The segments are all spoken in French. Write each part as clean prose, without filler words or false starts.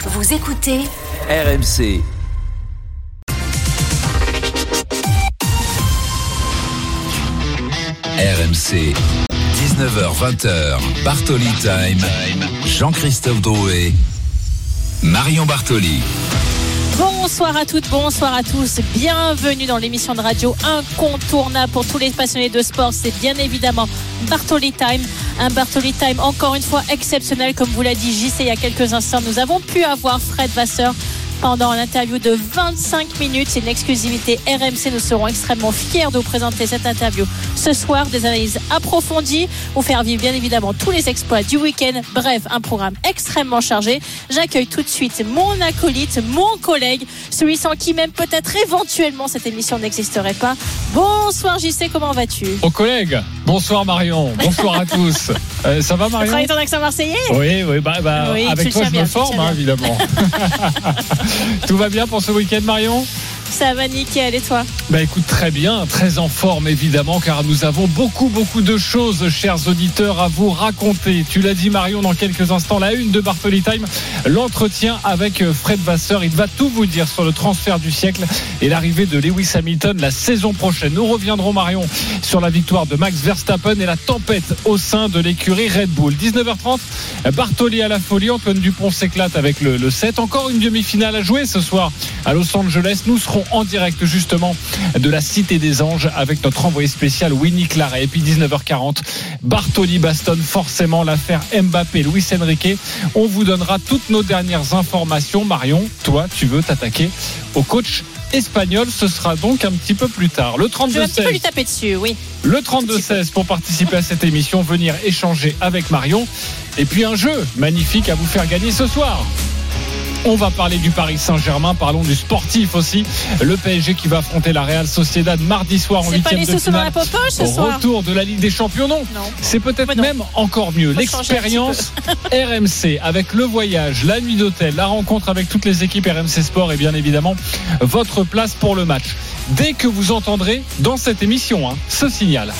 Vous écoutez RMC. RMC, 19h-20h, Bartoli Time, Jean-Christophe Drouet, Marion Bartoli. Bonsoir à toutes, bonsoir à tous. Bienvenue dans l'émission de radio incontournable pour tous les passionnés de sport. C'est bien évidemment Bartoli Time. Un Bartoli Time encore une fois exceptionnel. Comme vous l'a dit JC il y a quelques instants, nous avons pu avoir Fred Vasseur pendant l'interview de 25 minutes. C'est une exclusivité RMC. Nous serons extrêmement fiers de vous présenter cette interview ce soir. Des analyses approfondies, vous faire vivre bien évidemment tous les exploits du week-end. Bref, un programme extrêmement chargé. J'accueille tout de suite mon acolyte, mon collègue, celui sans qui même peut-être éventuellement cette émission n'existerait pas. Bonsoir JC, comment vas-tu? Mon collègue, bonsoir Marion, bonsoir à tous. Ça va Marion? Tu as ton accent marseillais? Oui, oui, avec toi je me forme évidemment. Tout va bien pour ce week-end Marion? Ça va nickel, et toi? Écoute, très bien, très en forme évidemment, car nous avons beaucoup de choses, chers auditeurs, à vous raconter. Tu l'as dit Marion, dans quelques instants, la une de Bartoli Time, l'entretien avec Fred Vasseur. Il va tout vous dire sur le transfert du siècle et l'arrivée de Lewis Hamilton la saison prochaine. Nous reviendrons Marion sur la victoire de Max Verstappen et la tempête au sein de l'écurie Red Bull. 19h30, Bartoli à la folie, Antoine Dupont s'éclate avec le 7. Encore une demi-finale à jouer ce soir à Los Angeles. Nous serons en direct justement de la Cité des Anges avec notre envoyé spécial Winnie Claret. Et puis 19h40, Bartoli bastonne forcément l'affaire Mbappé, Luis Enrique. On vous donnera toutes nos dernières informations. Marion, toi, tu veux t'attaquer au coach espagnol, ce sera donc un petit peu plus tard. Le 32-16. Je vais un petit peu lui taper dessus, oui. Le 32-16 pour participer à cette émission, venir échanger avec Marion. Et puis un jeu magnifique à vous faire gagner ce soir. On va parler du Paris Saint-Germain, parlons du sportif aussi. Le PSG qui va affronter la Real Sociedad mardi soir en huitième de finale. C'est pas les sous dans la popoche ce soir? Retour de la Ligue des Champions, non. C'est peut-être même encore mieux. L'expérience RMC avec le voyage, la nuit d'hôtel, la rencontre avec toutes les équipes RMC Sport et bien évidemment votre place pour le match. Dès que vous entendrez dans cette émission ce signal.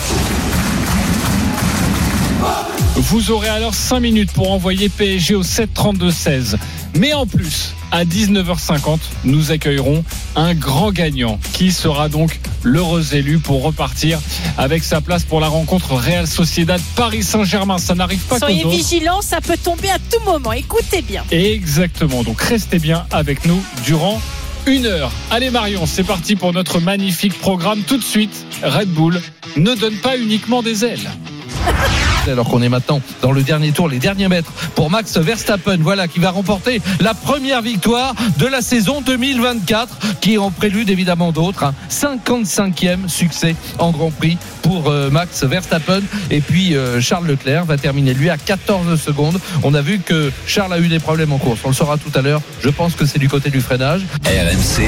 Vous aurez alors 5 minutes pour envoyer PSG au 7-32-16. Mais en plus, à 19h50, nous accueillerons un grand gagnant qui sera donc l'heureux élu pour repartir avec sa place pour la rencontre Real Sociedad Paris Saint-Germain. Ça n'arrive pas qu'aux autres. Soyez vigilants, ça peut tomber à tout moment. Écoutez bien. Exactement. Donc restez bien avec nous durant 1 heure. Allez Marion, c'est parti pour notre magnifique programme. Tout de suite, Red Bull ne donne pas uniquement des ailes. Alors qu'on est maintenant dans le dernier tour, les derniers mètres pour Max Verstappen, voilà, qui va remporter la première victoire de la saison 2024, qui est en prélude évidemment d'autres. 55e succès en Grand Prix pour Max Verstappen. Et puis Charles Leclerc va terminer lui à 14 secondes. On a vu que Charles a eu des problèmes en course, on le saura tout à l'heure. Je pense que c'est du côté du freinage. RMC,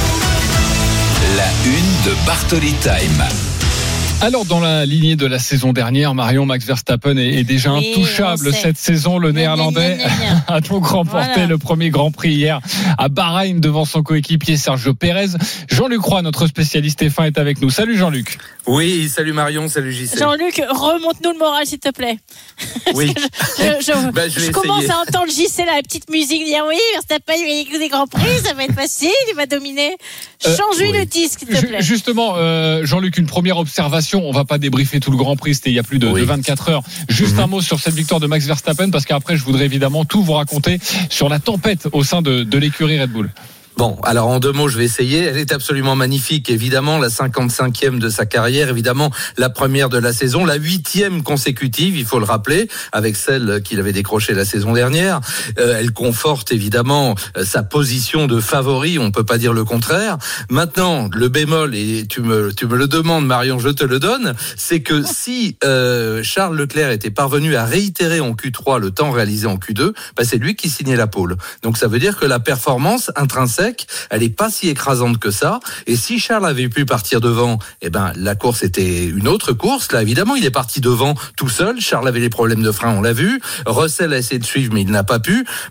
la une de Bartoli Time. Alors dans la lignée de la saison dernière, Marion, Max Verstappen est déjà intouchable cette saison. Le Néerlandais a donc remporté le premier Grand Prix hier à Bahreïn devant son coéquipier Sergio Pérez. Jean-Luc Roy, notre spécialiste F1, est avec nous. Salut Jean-Luc. Oui, salut Marion, salut JC. Jean-Luc, remonte-nous le moral s'il te plaît. Oui. Je commence à entendre JC la petite musique dire oui, Verstappen il y a des Grands Prix, ça va être facile, il va dominer. Change-lui le disque s'il te plaît. Justement, Jean-Luc, une première observation. On va pas débriefer tout le Grand Prix, c'était il y a plus de 24 heures. Juste un mot sur cette victoire de Max Verstappen, parce qu'après je voudrais évidemment tout vous raconter sur la tempête au sein de l'écurie Red Bull. Bon, alors en 2 mots, je vais essayer. Elle est absolument magnifique, évidemment, la 55e de sa carrière, évidemment, la première de la saison, la 8e consécutive, il faut le rappeler, avec celle qu'il avait décrochée la saison dernière. Elle conforte évidemment sa position de favori, on peut pas dire le contraire. Maintenant, le bémol, et tu me le demandes, Marion, je te le donne, c'est que si Charles Leclerc était parvenu à réitérer en Q3 le temps réalisé en Q2, c'est lui qui signait la pole. Donc ça veut dire que la performance intrinsèque, elle est pas si écrasante que ça. Et si Charles avait pu partir devant, la course était une autre course. Là, évidemment, il est parti devant tout seul. Charles avait les problèmes de frein, on l'a vu. Russell a essayé de suivre, mais il n'a pas pu. Bon.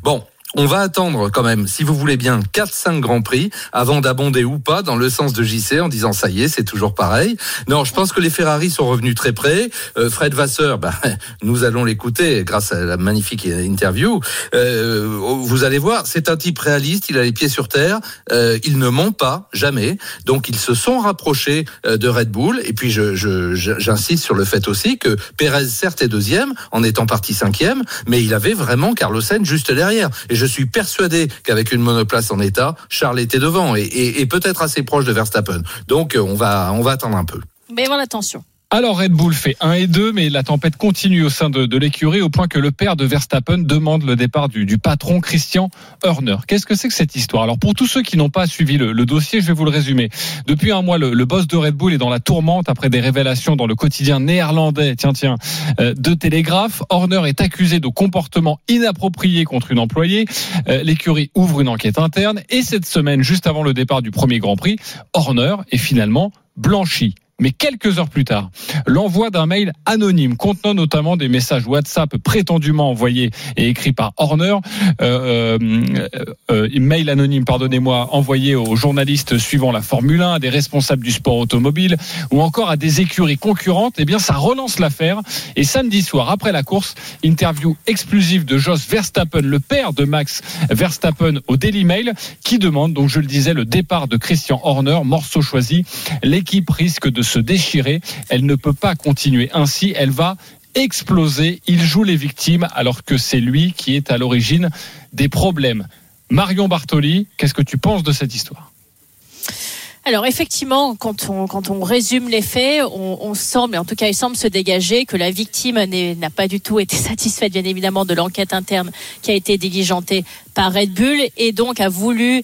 On va attendre quand même, si vous voulez bien, 4-5 Grands Prix avant d'abonder ou pas dans le sens de JC en disant ça y est, c'est toujours pareil. Non, je pense que les Ferrari sont revenus très près. Fred Vasseur, nous allons l'écouter grâce à la magnifique interview. Vous allez voir, c'est un type réaliste, il a les pieds sur terre, il ne ment pas, jamais. Donc ils se sont rapprochés de Red Bull. Et puis j'insiste sur le fait aussi que Pérez, certes, est deuxième en étant parti cinquième, mais il avait vraiment Carlos Sainz juste derrière. Et je suis persuadé qu'avec une monoplace en état, Charles était devant et peut-être assez proche de Verstappen. Donc on va attendre un peu. Mais voilà, attention. Alors Red Bull fait 1 et 2, mais la tempête continue au sein de l'écurie au point que le père de Verstappen demande le départ du patron Christian Horner. Qu'est-ce que c'est que cette histoire ? Alors pour tous ceux qui n'ont pas suivi le dossier, je vais vous le résumer. Depuis un mois, le boss de Red Bull est dans la tourmente après des révélations dans le quotidien néerlandais de Télégraphe. Horner est accusé de comportement inapproprié contre une employée. L'écurie ouvre une enquête interne et cette semaine, juste avant le départ du premier Grand Prix, Horner est finalement blanchi. Mais quelques heures plus tard, l'envoi d'un mail anonyme contenant notamment des messages WhatsApp prétendument envoyés et écrits par Horner, mail anonyme, envoyé aux journalistes suivant la Formule 1, à des responsables du sport automobile ou encore à des écuries concurrentes, eh bien ça relance l'affaire. Et samedi soir, après la course, interview exclusive de Jos Verstappen, le père de Max Verstappen, au Daily Mail, qui demande, donc je le disais, le départ de Christian Horner, morceau choisi. L'équipe risque de se déchirer, elle ne peut pas continuer ainsi, elle va exploser. Il joue les victimes alors que c'est lui qui est à l'origine des problèmes. Marion Bartoli, qu'est-ce que tu penses de cette histoire ? Alors effectivement, quand on résume les faits, on semble, en tout cas il semble se dégager que la victime n'a pas du tout été satisfaite, bien évidemment, de l'enquête interne qui a été diligentée par Red Bull et donc a voulu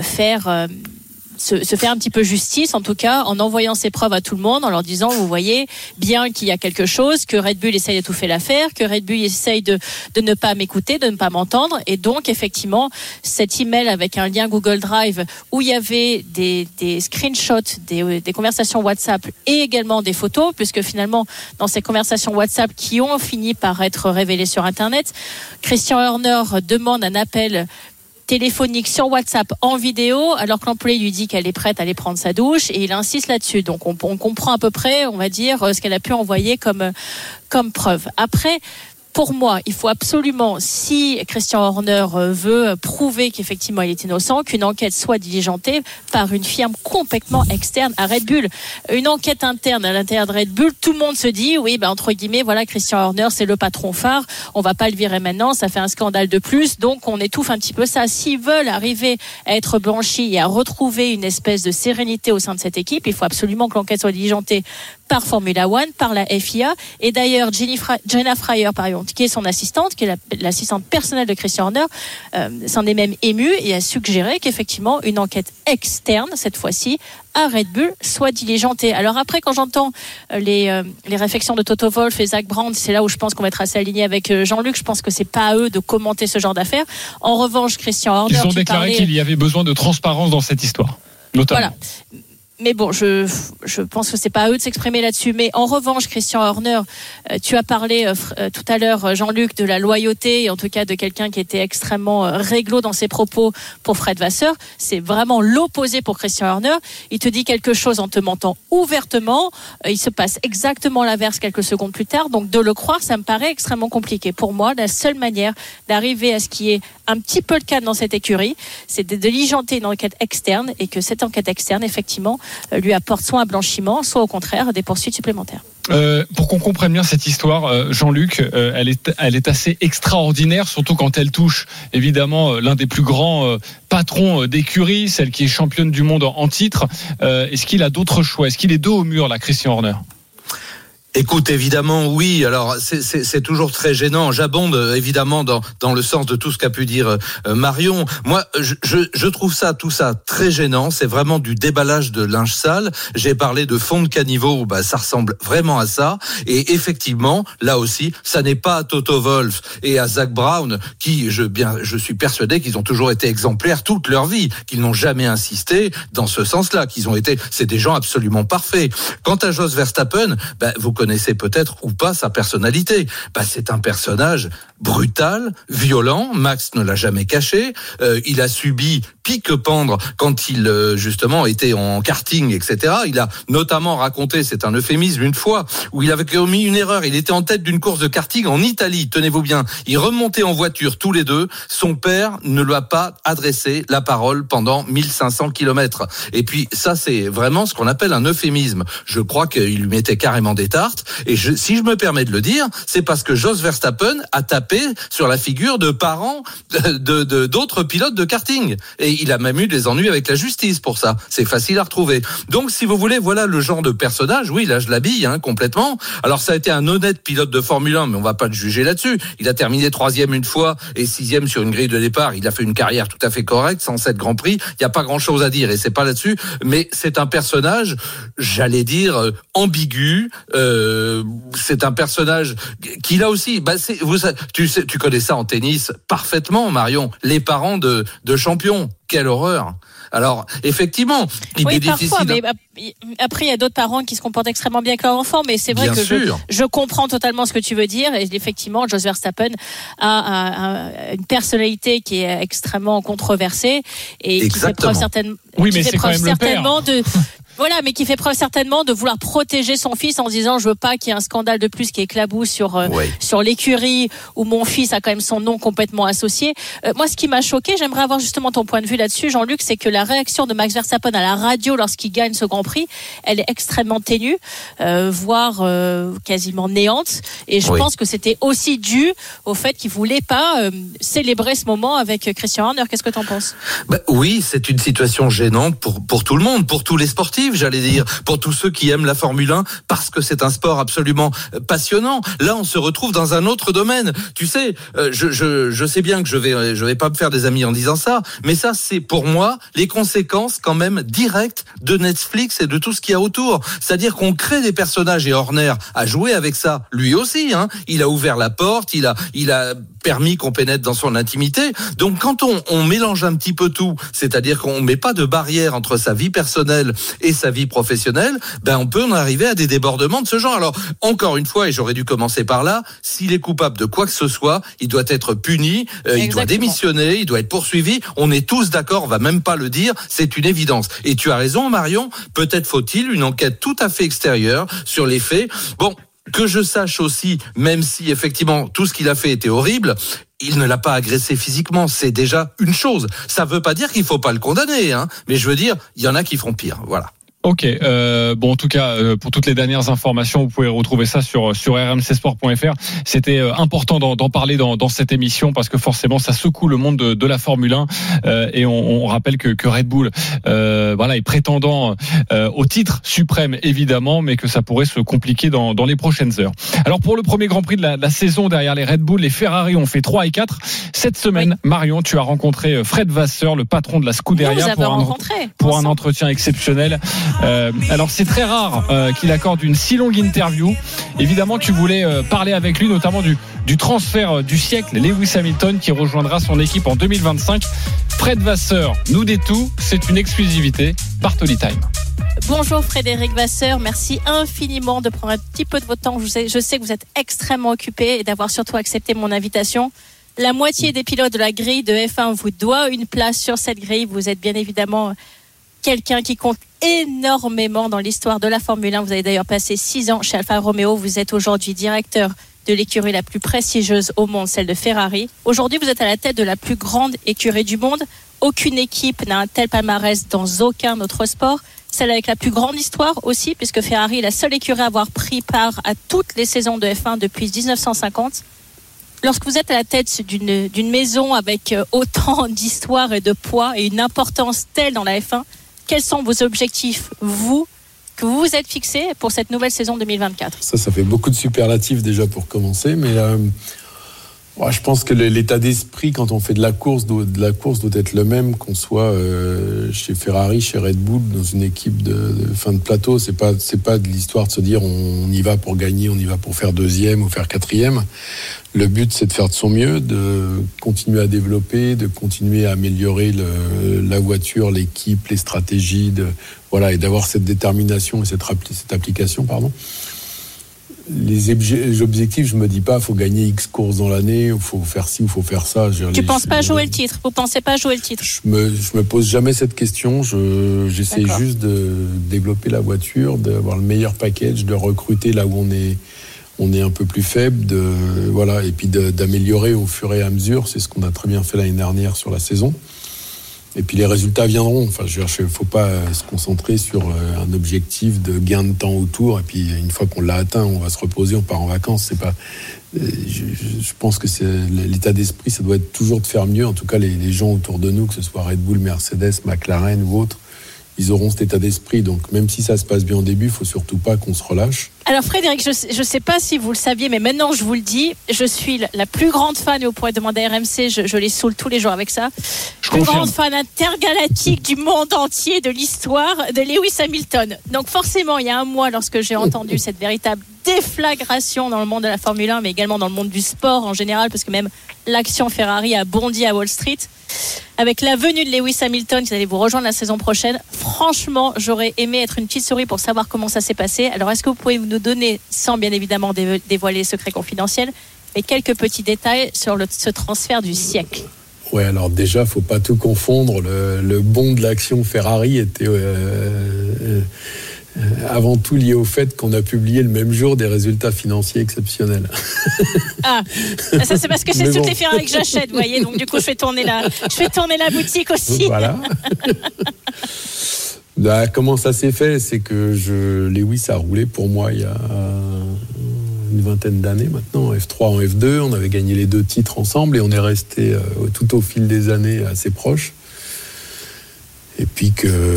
se faire un petit peu justice, en tout cas, en envoyant ses preuves à tout le monde, en leur disant, vous voyez bien qu'il y a quelque chose, que Red Bull essaye d'étouffer l'affaire, que Red Bull essaye de ne pas m'écouter, de ne pas m'entendre. Et donc, effectivement, cet email avec un lien Google Drive où il y avait des screenshots, des conversations WhatsApp et également des photos, puisque finalement, dans ces conversations WhatsApp qui ont fini par être révélées sur Internet, Christian Horner demande un appel téléphonique sur WhatsApp en vidéo, alors que l'employé lui dit qu'elle est prête à aller prendre sa douche et il insiste là-dessus. Donc on comprend à peu près, on va dire, ce qu'elle a pu envoyer comme preuve. Après, pour moi, il faut absolument, si Christian Horner veut prouver qu'effectivement il est innocent, qu'une enquête soit diligentée par une firme complètement externe à Red Bull. Une enquête interne à l'intérieur de Red Bull, tout le monde se dit, oui, entre guillemets, voilà, Christian Horner, c'est le patron phare, on va pas le virer maintenant, ça fait un scandale de plus, donc on étouffe un petit peu ça. S'ils veulent arriver à être blanchis et à retrouver une espèce de sérénité au sein de cette équipe, il faut absolument que l'enquête soit diligentée par Formula One, par la FIA, et d'ailleurs Jenna Fryer, par exemple, qui est son assistante, qui est l'assistante personnelle de Christian Horner, s'en est même émue et a suggéré qu'effectivement une enquête externe, cette fois-ci, à Red Bull, soit diligentée. Alors après, quand j'entends les réflexions de Toto Wolff et Zak Brown, c'est là où je pense qu'on va être assez aligné avec Jean-Luc. Je pense que c'est pas à eux de commenter ce genre d'affaires. En revanche, Christian Horner, ils ont déclaré qu'il y avait besoin de transparence dans cette histoire, notamment. Voilà. Mais bon, je pense que c'est pas à eux de s'exprimer là-dessus. Mais en revanche, Christian Horner, tu as parlé tout à l'heure, Jean-Luc, de la loyauté, et en tout cas de quelqu'un qui était extrêmement réglo dans ses propos pour Fred Vasseur. C'est vraiment l'opposé pour Christian Horner. Il te dit quelque chose en te mentant ouvertement. Il se passe exactement l'inverse quelques secondes plus tard. Donc de le croire, ça me paraît extrêmement compliqué. Pour moi, la seule manière d'arriver à ce qui est un petit peu le cas dans cette écurie, c'est de diligenter une enquête externe et que cette enquête externe, effectivement, lui apporte soit un blanchiment, soit au contraire des poursuites supplémentaires. Pour qu'on comprenne bien cette histoire, Jean-Luc, elle est assez extraordinaire, surtout quand elle touche évidemment l'un des plus grands patrons d'écurie, celle qui est championne du monde en titre. Est-ce qu'il a d'autres choix ? Est-ce qu'il est dos au mur là, Christian Horner ? Écoute, évidemment, oui. Alors, c'est toujours très gênant. J'abonde évidemment dans le sens de tout ce qu'a pu dire Marion. Moi, je trouve tout ça très gênant. C'est vraiment du déballage de linge sale. J'ai parlé de fond de caniveau, ça ressemble vraiment à ça. Et effectivement, là aussi, ça n'est pas à Toto Wolff et à Zak Brown qui, je suis persuadé qu'ils ont toujours été exemplaires toute leur vie, qu'ils n'ont jamais insisté dans ce sens-là, c'est des gens absolument parfaits. Quant à Jos Verstappen, vous connaissez connaissez peut-être ou pas sa personnalité. C'est un personnage brutal, violent. Max ne l'a jamais caché. Il a subi pique-pendre quand il justement était en karting, etc. Il a notamment raconté, c'est un euphémisme, une fois où il avait commis une erreur. Il était en tête d'une course de karting en Italie, tenez-vous bien. Ils remontaient en voiture tous les deux. Son père ne lui a pas adressé la parole pendant 1500 kilomètres. Et puis ça, c'est vraiment ce qu'on appelle un euphémisme. Je crois qu'il lui mettait carrément des tartes. Et si je me permets de le dire, c'est parce que Jos Verstappen a tapé sur la figure de parents d'autres pilotes de karting. Et il a même eu des ennuis avec la justice pour ça. C'est facile à retrouver. Donc, si vous voulez, voilà le genre de personnage. Oui, là, je l'habille complètement. Alors, ça a été un honnête pilote de Formule 1, mais on va pas le juger là-dessus. Il a terminé 3e une fois et 6e sur une grille de départ. Il a fait une carrière tout à fait correcte, 107 Grands Prix. Il n'y a pas grand-chose à dire et c'est pas là-dessus. Mais c'est un personnage, j'allais dire, ambigu. C'est un personnage qui, là aussi, tu connais ça en tennis parfaitement, Marion. Les parents de champions. Quelle horreur! Alors, effectivement, il est difficile. Parfois, mais après, il y a d'autres parents qui se comportent extrêmement bien avec leur enfant, mais c'est vrai je comprends totalement ce que tu veux dire. Et effectivement, Jos Verstappen a une personnalité qui est extrêmement controversée et qui fait preuve certainement. Oui, mais c'est quand même le père. Voilà, mais qui fait preuve certainement de vouloir protéger son fils en disant je veux pas qu'il y ait un scandale de plus qui éclabousse sur l'écurie où mon fils a quand même son nom complètement associé. Moi, ce qui m'a choqué, j'aimerais avoir justement ton point de vue là-dessus, Jean-Luc, c'est que la réaction de Max Verstappen à la radio lorsqu'il gagne ce Grand Prix, elle est extrêmement ténue, voire quasiment néante. Et je pense que c'était aussi dû au fait qu'il voulait pas célébrer ce moment avec Christian Horner. Qu'est-ce que t'en penses ? Oui, c'est une situation gênante pour tout le monde, pour tous les sportifs. J'allais dire, pour tous ceux qui aiment la Formule 1, parce que c'est un sport absolument passionnant. Là, on se retrouve dans un autre domaine. Tu sais, je sais bien que je vais pas me faire des amis en disant ça, mais ça, c'est pour moi les conséquences quand même directes de Netflix et de tout ce qu'il y a autour. C'est-à-dire qu'on crée des personnages et Horner a joué avec ça, lui aussi. Il a ouvert la porte, il a permis qu'on pénètre dans son intimité. Donc, quand on mélange un petit peu tout, c'est-à-dire qu'on met pas de barrière entre sa vie personnelle et sa vie professionnelle, on peut en arriver à des débordements de ce genre. Alors, encore une fois, et j'aurais dû commencer par là, s'il est coupable de quoi que ce soit, il doit être puni, il doit démissionner, il doit être poursuivi. On est tous d'accord, on va même pas le dire, c'est une évidence. Et tu as raison, Marion, peut-être faut-il une enquête tout à fait extérieure sur les faits. Bon, que je sache aussi, même si effectivement tout ce qu'il a fait était horrible, il ne l'a pas agressé physiquement, c'est déjà une chose. Ça veut pas dire qu'il faut pas le condamner, mais je veux dire, il y en a qui feront pire, voilà. Ok, en tout cas, pour toutes les dernières informations, vous pouvez retrouver ça sur rmcsport.fr. C'était important d'en parler dans cette émission parce que forcément, ça secoue le monde de la Formule 1 et on rappelle que Red Bull, est prétendant au titre suprême évidemment, mais que ça pourrait se compliquer dans les prochaines heures. Alors pour le premier Grand Prix de la saison derrière les Red Bull, les Ferrari ont fait 3 et 4. Cette semaine, Marion, tu as rencontré Fred Vasseur, le patron de la Scuderia, pour un entretien exceptionnel. Alors c'est très rare qu'il accorde une si longue interview. Évidemment, tu voulais parler avec lui notamment du transfert du siècle, Lewis Hamilton qui rejoindra son équipe en 2025. Fred Vasseur nous dit tout, c'est une exclusivité. Bartoli Time. Bonjour Frédéric Vasseur, merci infiniment de prendre un petit peu de votre temps. Je sais que vous êtes extrêmement occupé et d'avoir surtout accepté mon invitation. La moitié des pilotes de la grille de F1 vous doit une place sur cette grille. Vous êtes bien évidemment quelqu'un qui compte énormément dans l'histoire de la Formule 1. Vous avez d'ailleurs passé 6 ans chez Alfa Romeo. Vous êtes aujourd'hui directeur de l'écurie la plus prestigieuse au monde, celle de Ferrari. Aujourd'hui, vous êtes à la tête de la plus grande écurie du monde. Aucune équipe n'a un tel palmarès dans aucun autre sport. Celle avec la plus grande histoire aussi, puisque Ferrari est la seule écurie à avoir pris part à toutes les saisons de F1 depuis 1950. Lorsque vous êtes à la tête d'une maison avec autant d'histoire et de poids et une importance telle dans la F1, quels sont vos objectifs, que vous vous êtes fixés pour cette nouvelle saison 2024 ? Ça fait beaucoup de superlatifs déjà pour commencer, mais je pense que l'état d'esprit quand on fait de la course doit être le même qu'on soit chez Ferrari, chez Red Bull, dans une équipe de fin de plateau. C'est pas de l'histoire de se dire on y va pour gagner, on y va pour faire 2e ou faire 4e. Le but, c'est de faire de son mieux, de continuer à développer, de continuer à améliorer la voiture, l'équipe, les stratégies, et d'avoir cette détermination et cette application, les objectifs, je me dis pas, faut gagner X courses dans l'année, il faut faire ci ou faut faire ça. Tu penses pas jouer le titre? Vous pensez pas jouer le titre? Je me pose jamais cette question. J'essaie D'accord. juste de développer la voiture, d'avoir le meilleur package, de recruter là où on est un peu plus faible, et puis d'améliorer au fur et à mesure. C'est ce qu'on a très bien fait l'année dernière sur la saison. Et puis les résultats viendront. Enfin, il ne faut pas se concentrer sur un objectif de gain de temps autour. Et puis une fois qu'on l'a atteint, on va se reposer, on part en vacances. C'est pas. Je pense que c'est l'état d'esprit, ça doit être toujours de faire mieux. En tout cas, les gens autour de nous, que ce soit Red Bull, Mercedes, McLaren ou autres, ils auront cet état d'esprit. Donc même si ça se passe bien au début, il faut surtout pas qu'on se relâche. Alors Frédéric, je ne sais pas si vous le saviez, mais maintenant je vous le dis, je suis la plus grande fan, et vous pourrez demander à RMC, je les saoule tous les jours avec ça, plus grande fan intergalactique du monde entier, de l'histoire de Lewis Hamilton. Donc forcément, il y a un mois, lorsque j'ai entendu cette véritable déflagration dans le monde de la Formule 1, mais également dans le monde du sport en général, parce que même l'action Ferrari a bondi à Wall Street, avec la venue de Lewis Hamilton qui allait vous rejoindre la saison prochaine, franchement, j'aurais aimé être une petite souris pour savoir comment ça s'est passé. Alors, est-ce que vous pouvez nous donner, sans bien évidemment dévoiler les secrets confidentiels, mais quelques petits détails sur ce transfert du siècle? Ouais, alors déjà, faut pas tout confondre. Le bond de l'action Ferrari était avant tout lié au fait qu'on a publié le même jour des résultats financiers exceptionnels. Ah, ça c'est parce que c'est toutes les Ferrari que j'achète, vous voyez. Donc du coup, je fais tourner la boutique aussi. Voilà. Comment ça s'est fait? C'est que Lewis a roulé pour moi il y a une vingtaine d'années maintenant, en F3, en F2. On avait gagné les 2 titres ensemble et on est resté tout au fil des années assez proches. Et puis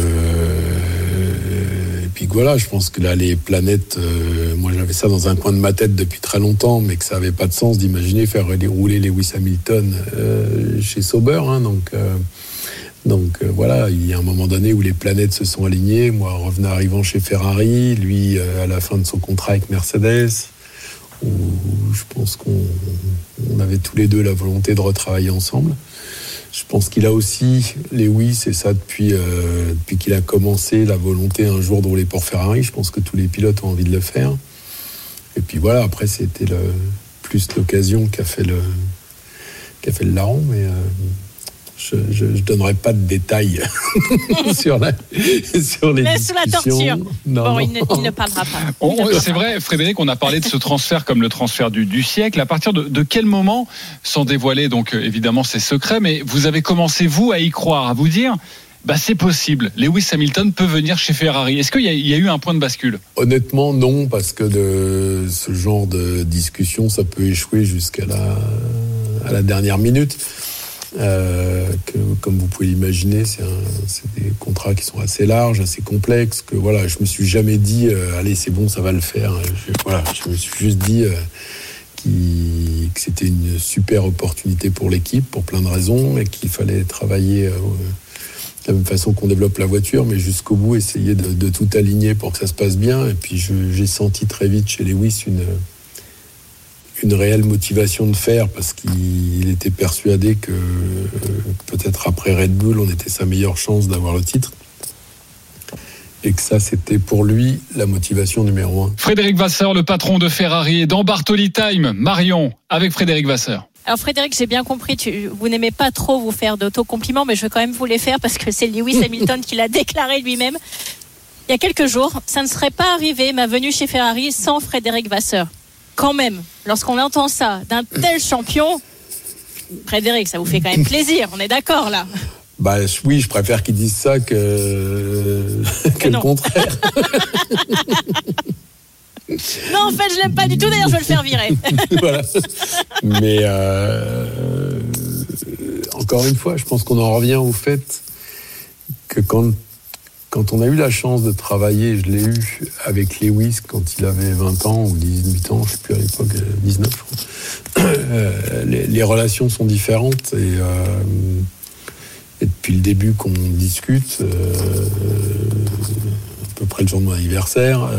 voilà, je pense que là, les planètes, moi j'avais ça dans un coin de ma tête depuis très longtemps, mais que ça n'avait pas de sens d'imaginer faire rouler Lewis Hamilton chez Sauber. Donc voilà, il y a un moment donné où les planètes se sont alignées. Moi, arrivant chez Ferrari, lui à la fin de son contrat avec Mercedes, où je pense qu'on avait tous les deux la volonté de retravailler ensemble. Je pense qu'il a aussi, Lewis, et ça depuis qu'il a commencé, la volonté un jour de rouler pour Ferrari. Je pense que tous les pilotes ont envie de le faire. Et puis voilà, après c'était plus l'occasion qu'a fait le larron, mais je donnerai pas de détails sur les mais sous la torture. Non. Il ne parlera pas. C'est vrai, Frédéric, on a parlé de ce transfert comme le transfert du siècle. À partir de quel moment, sans dévoiler donc évidemment ses secrets, mais vous avez commencé vous à y croire, à vous dire c'est possible, Lewis Hamilton peut venir chez Ferrari. Est-ce qu'il y a eu un point de bascule? Honnêtement, non, parce que ce genre de discussion, ça peut échouer jusqu'à la dernière minute. Comme vous pouvez l'imaginer, c'est des contrats qui sont assez larges, assez complexes. Que voilà, je me suis jamais dit allez, c'est bon, ça va le faire. Je me suis juste dit que c'était une super opportunité pour l'équipe, pour plein de raisons, et qu'il fallait travailler de la même façon qu'on développe la voiture, mais jusqu'au bout, essayer de tout aligner pour que ça se passe bien. Et puis j'ai senti très vite chez Lewis une réelle motivation de faire, parce qu'il était persuadé que peut-être après Red Bull, on était sa meilleure chance d'avoir le titre. Et que ça, c'était pour lui la motivation numéro 1. Frédéric Vasseur, le patron de Ferrari, est dans Bartoli Time. Marion, avec Frédéric Vasseur. Alors Frédéric, j'ai bien compris, vous n'aimez pas trop vous faire d'autocompliments, mais je vais quand même vous les faire parce que c'est Lewis Hamilton qui l'a déclaré lui-même. Il y a quelques jours, ça ne serait pas arrivé, ma venue chez Ferrari, sans Frédéric Vasseur. Quand même, lorsqu'on entend ça d'un tel champion, Frédéric, ça vous fait quand même plaisir, on est d'accord là? Oui, je préfère qu'ils disent ça que le contraire. Non, en fait, je l'aime pas du tout, d'ailleurs, je vais le faire virer. Voilà. Mais encore une fois, je pense qu'on en revient au fait que quand on a eu la chance de travailler, je l'ai eu avec Lewis quand il avait 20 ans ou 18 ans, je ne sais plus à l'époque, 19, je crois. Les relations sont différentes et depuis le début qu'on discute, à peu près le jour de mon anniversaire,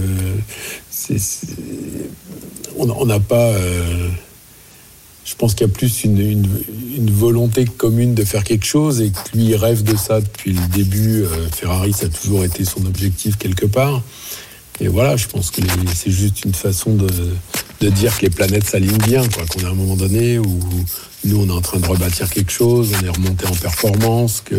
on n'a pas... je pense qu'il y a plus une volonté commune de faire quelque chose et que lui il rêve de ça depuis le début. Ferrari, ça a toujours été son objectif quelque part. Et voilà, je pense que c'est juste une façon de dire que les planètes s'alignent bien, quoi. Qu'on est à un moment donné où nous, on est en train de rebâtir quelque chose, on est remonté en performance, que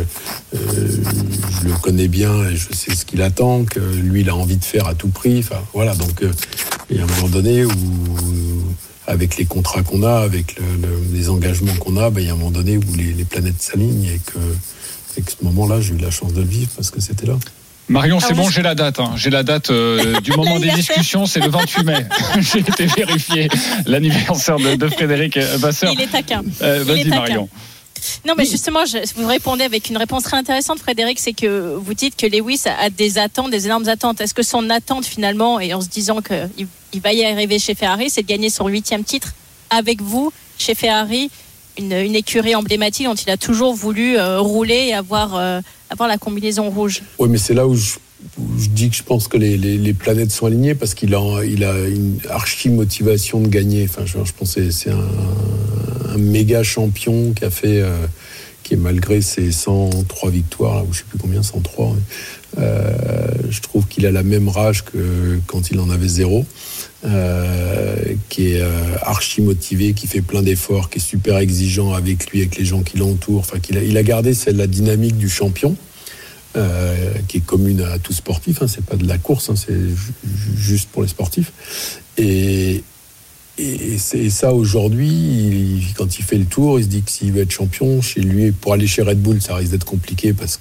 je le connais bien et je sais ce qu'il attend, que lui, il a envie de faire à tout prix. Enfin, voilà, donc il y a un moment donné où, avec les contrats qu'on a, avec les engagements qu'on a, il y a un moment donné où les planètes s'alignent et que ce moment-là, j'ai eu la chance de le vivre parce que c'était là. Marion, c'est bon, j'ai la date. J'ai la date du moment des discussions, c'est le 28 mai. J'ai été vérifié l'anniversaire de Frédéric Vasseur. Il est taquin. Vas-y, Marion. Non, mais justement, vous répondez avec une réponse très intéressante, Frédéric, c'est que vous dites que Lewis a des attentes, des énormes attentes. Est-ce que son attente, finalement, et en se disant qu'il va y arriver chez Ferrari, c'est de gagner son 8e titre avec vous, chez Ferrari, une écurie emblématique dont il a toujours voulu rouler et avoir la combinaison rouge? Oui, mais c'est là où je dis que je pense que les planètes sont alignées parce qu'il a une archi-motivation de gagner. Enfin, je pense que c'est un méga champion qui a fait, qui est malgré ses 103 victoires, ou je ne sais plus combien, 103. Je trouve qu'il a la même rage que quand il en avait 0. Qui est archi motivé, qui fait plein d'efforts, qui est super exigeant avec lui, avec les gens qui l'entourent. Enfin, il a gardé la dynamique du champion, qui est commune à tout sportif. C'est pas de la course, c'est juste pour les sportifs. Et c'est ça aujourd'hui. Quand il fait le tour, il se dit que s'il veut être champion chez lui, pour aller chez Red Bull, ça risque d'être compliqué parce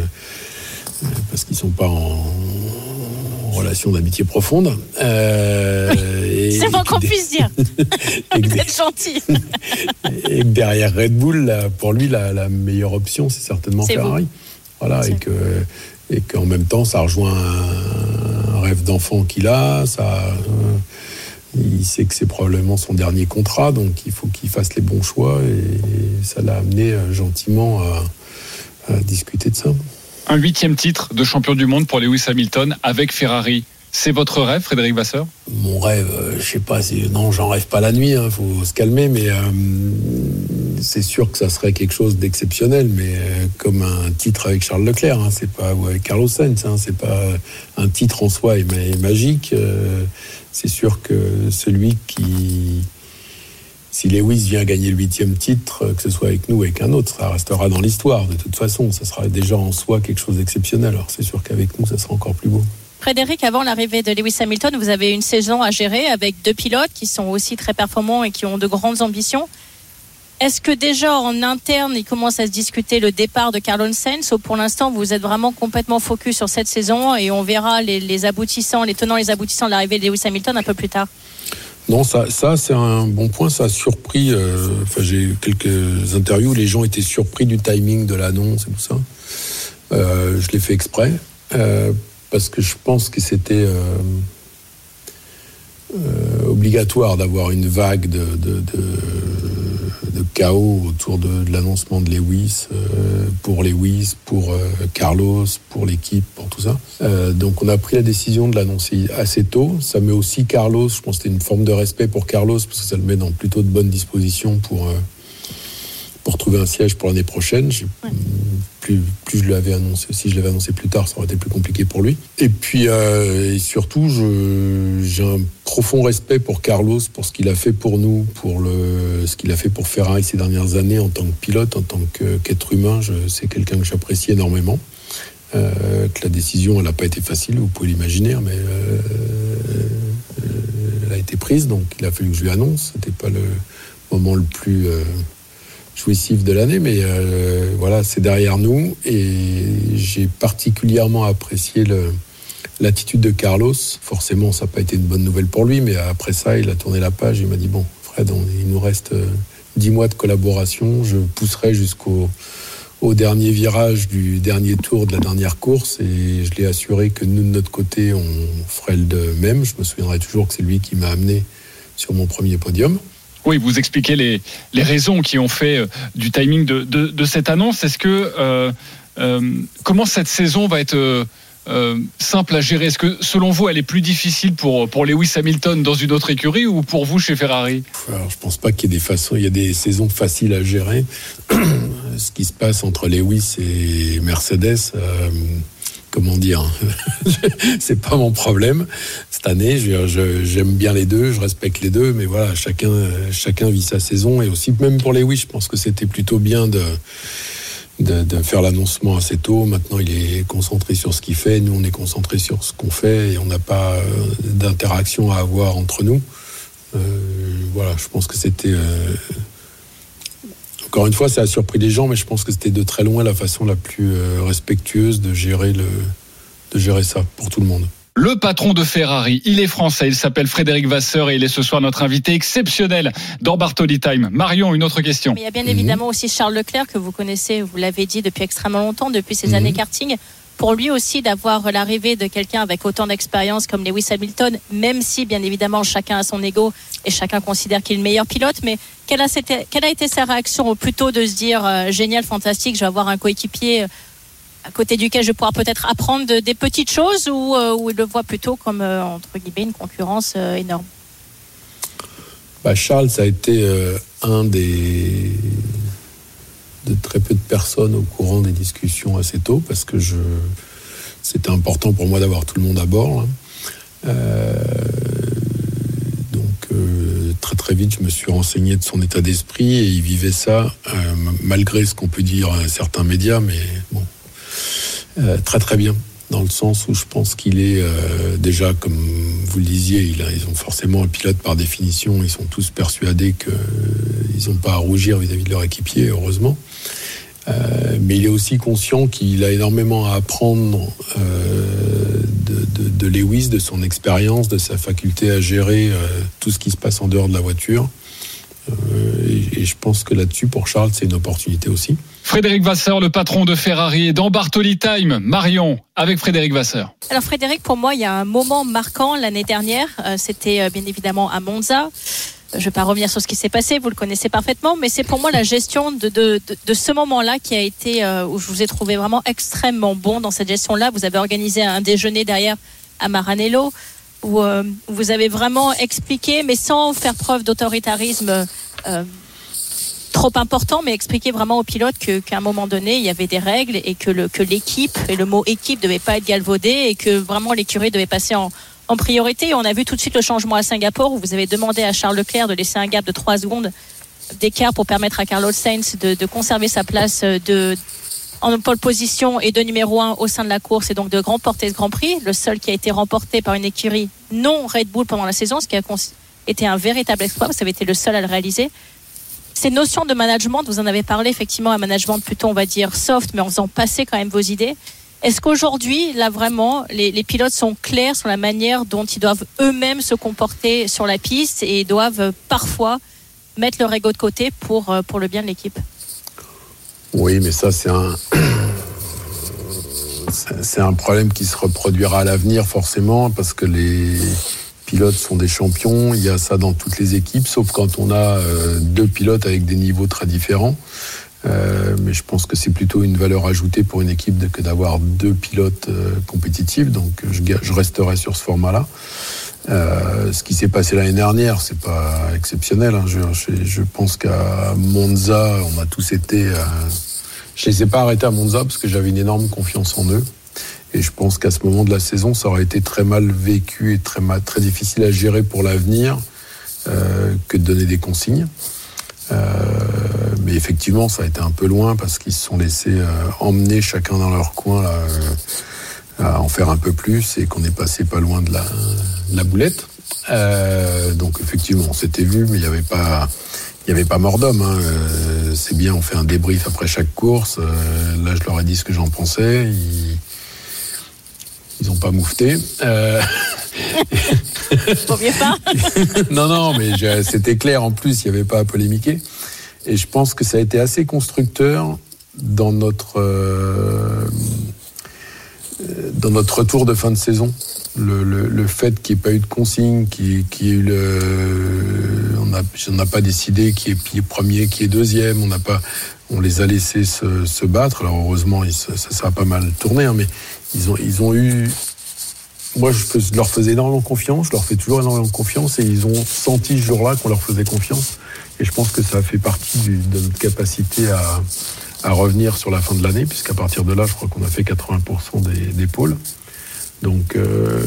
qu'ils sont pas en relation d'amitié profonde. C'est pas qu'on puisse dire. Vous êtes gentil. Et que derrière Red Bull, pour lui, la meilleure option, c'est certainement Ferrari. Vous. Voilà, et qu'en même temps, ça rejoint un rêve d'enfant qu'il a. Il sait que c'est probablement son dernier contrat, donc il faut qu'il fasse les bons choix. Et ça l'a amené gentiment à discuter de ça. Un 8e titre de champion du monde pour Lewis Hamilton avec Ferrari. C'est votre rêve, Frédéric Vasseur ? Mon rêve, je sais pas, non, j'en rêve pas la nuit, faut se calmer, mais c'est sûr que ça serait quelque chose d'exceptionnel, mais comme un titre avec Charles Leclerc, c'est pas, ou avec Carlos Sainz, c'est pas un titre en soi est magique. C'est sûr que celui si Lewis vient gagner le 8e titre, que ce soit avec nous ou avec un autre, ça restera dans l'histoire. De toute façon, ça sera déjà en soi quelque chose d'exceptionnel. Alors c'est sûr qu'avec nous, ça sera encore plus beau. Frédéric, avant l'arrivée de Lewis Hamilton, vous avez une saison à gérer avec 2 pilotes qui sont aussi très performants et qui ont de grandes ambitions. Est-ce que déjà en interne, il commence à se discuter le départ de Carlos Sainz, ou pour l'instant, vous êtes vraiment complètement focus sur cette saison et on verra les aboutissants, les tenants et les aboutissants de l'arrivée de Lewis Hamilton un peu plus tard? Non, ça c'est un bon point. Ça a surpris. J'ai eu quelques interviews où les gens étaient surpris du timing de l'annonce et tout ça. Je l'ai fait exprès parce que je pense que c'était obligatoire d'avoir une vague de chaos autour de l'annoncement de Lewis, pour Carlos, pour l'équipe, pour tout ça. Donc on a pris la décision de l'annoncer assez tôt. Ça met aussi Carlos, je pense que c'était une forme de respect pour Carlos, parce que ça le met dans plutôt de bonnes dispositions pour trouver un siège pour l'année prochaine. Plus je l'avais annoncé, si je l'avais annoncé plus tard, ça aurait été plus compliqué pour lui. Et puis, et surtout, j'ai un profond respect pour Carlos, pour ce qu'il a fait pour nous, ce qu'il a fait pour Ferrari ces dernières années en tant que pilote, en tant qu'être humain. C'est quelqu'un que j'apprécie énormément. Que la décision, elle n'a pas été facile, vous pouvez l'imaginer, mais elle a été prise, donc il a fallu que je lui annonce. C'était pas le moment le plus jouissif de l'année, mais voilà, c'est derrière nous, et j'ai particulièrement apprécié l'attitude de Carlos. Forcément, ça n'a pas été une bonne nouvelle pour lui, mais après ça, il a tourné la page, il m'a dit, bon, Fred, il nous reste 10 mois de collaboration, je pousserai jusqu'au dernier virage du dernier tour de la dernière course, et je l'ai assuré que nous, de notre côté, on ferait le même. Je me souviendrai toujours que c'est lui qui m'a amené sur mon premier podium. Oui, vous expliquez les raisons qui ont fait du timing de cette annonce. Est-ce que comment cette saison va être simple à gérer? Est-ce que selon vous, elle est plus difficile pour Lewis Hamilton dans une autre écurie ou pour vous chez Ferrari? Alors, je pense pas qu'il y ait il y a des saisons faciles à gérer. Ce qui se passe entre Lewis et Mercedes, comment dire, c'est pas mon problème cette année. J'aime bien les deux, je respecte les deux, mais voilà, chacun vit sa saison. Et aussi, même pour Lewis, je pense que c'était plutôt bien de faire l'annoncement assez tôt. Maintenant, il est concentré sur ce qu'il fait. Nous, on est concentré sur ce qu'on fait et on n'a pas d'interaction à avoir entre nous. Voilà, je pense que c'était... Encore une fois, ça a surpris les gens, mais je pense que c'était de très loin la façon la plus respectueuse de gérer ça pour tout le monde. Le patron de Ferrari, il est français, il s'appelle Frédéric Vasseur et il est ce soir notre invité exceptionnel dans Bartoli Time. Marion, une autre question. Mais il y a bien évidemment aussi Charles Leclerc que vous connaissez, vous l'avez dit depuis extrêmement longtemps, depuis ses années karting. Pour lui aussi d'avoir l'arrivée de quelqu'un avec autant d'expérience comme Lewis Hamilton, même si bien évidemment chacun a son ego et chacun considère qu'il est le meilleur pilote, mais quelle a été sa réaction plutôt de se dire génial, fantastique, je vais avoir un coéquipier à côté duquel je vais pouvoir peut-être apprendre des petites choses ou il le voit plutôt comme entre guillemets une concurrence énorme? Charles, ça a été un de très peu de personnes au courant des discussions assez tôt, parce que c'était important pour moi d'avoir tout le monde à bord. Très très vite, je me suis renseigné de son état d'esprit et il vivait ça, malgré ce qu'on peut dire à certains médias, mais bon, très très bien. Dans le sens où je pense qu'il est déjà, comme vous le disiez, ils ont forcément un pilote par définition, ils sont tous persuadés qu'ils n'ont pas à rougir vis-à-vis de leur équipier, heureusement. Mais il est aussi conscient qu'il a énormément à apprendre de Lewis, de son expérience, de sa faculté à gérer tout ce qui se passe en dehors de la voiture. Et je pense que là-dessus, pour Charles, c'est une opportunité aussi. Frédéric Vasseur, le patron de Ferrari, est dans Bartoli Time. Marion, avec Frédéric Vasseur. Alors Frédéric, pour moi, il y a un moment marquant l'année dernière. C'était bien évidemment à Monza. Je ne vais pas revenir sur ce qui s'est passé, vous le connaissez parfaitement, mais c'est pour moi la gestion de ce moment-là qui a été, où je vous ai trouvé vraiment extrêmement bon dans cette gestion-là. Vous avez organisé un déjeuner derrière à Maranello, où vous avez vraiment expliqué, mais sans faire preuve d'autoritarisme trop important, mais expliquer vraiment aux pilotes qu'à un moment donné, il y avait des règles et que l'équipe, et le mot équipe ne devait pas être galvaudé, et que vraiment l'écurie devait passer en priorité. On a vu tout de suite le changement à Singapour, où vous avez demandé à Charles Leclerc de laisser un gap de 3 secondes d'écart pour permettre à Carlos Sainz de conserver sa place en pole position et de numéro 1 au sein de la course, et donc de remporter ce Grand Prix, le seul qui a été remporté par une écurie non Red Bull pendant la saison, ce qui a été un véritable exploit, vous avez été le seul à le réaliser. Ces notions de management, vous en avez parlé effectivement, un management plutôt on va dire soft, mais en faisant passer quand même vos idées. Est-ce qu'aujourd'hui, là vraiment, les pilotes sont clairs sur la manière dont ils doivent eux-mêmes se comporter sur la piste et doivent parfois mettre leur ego de côté pour le bien de l'équipe? Oui, mais ça, c'est un problème qui se reproduira à l'avenir forcément, parce que les pilotes sont des champions. Il y a ça dans toutes les équipes, sauf quand on a deux pilotes avec des niveaux très différents. Mais je pense que c'est plutôt une valeur ajoutée pour une équipe que d'avoir deux pilotes compétitifs. Donc je resterai sur ce format-là. Ce qui s'est passé l'année dernière, c'est pas exceptionnel. Hein. Je pense qu'à Monza, on a tous été... je les ai pas arrêtés à Monza parce que j'avais une énorme confiance en eux. Et je pense qu'à ce moment de la saison, ça aurait été très mal vécu et très difficile à gérer pour l'avenir que de donner des consignes. Mais effectivement, ça a été un peu loin parce qu'ils se sont laissés emmener chacun dans leur coin là, à en faire un peu plus, et qu'on est passé pas loin de la boulette. Donc effectivement, on s'était vu, mais il n'y avait pas mort d'homme. Hein. C'est bien, on fait un débrief après chaque course. Là, je leur ai dit ce que j'en pensais. Ils n'ont pas moufté. Vaut mieux pas. Non, mais c'était clair. En plus, il n'y avait pas à polémiquer. Et je pense que ça a été assez constructeur dans notre retour de fin de saison. Le fait qu'il n'y ait pas eu de consigne, on n'a pas décidé qui est premier, qui est deuxième. On les a laissés se battre. Alors heureusement, ça a pas mal tourné, hein, mais ils ont eu. Moi, je leur faisais énormément confiance. Je leur fais toujours énormément confiance, et ils ont senti ce jour-là qu'on leur faisait confiance. Et je pense que ça a fait partie de notre capacité à revenir sur la fin de l'année, puisqu'à partir de là, je crois qu'on a fait 80% des pôles. Donc,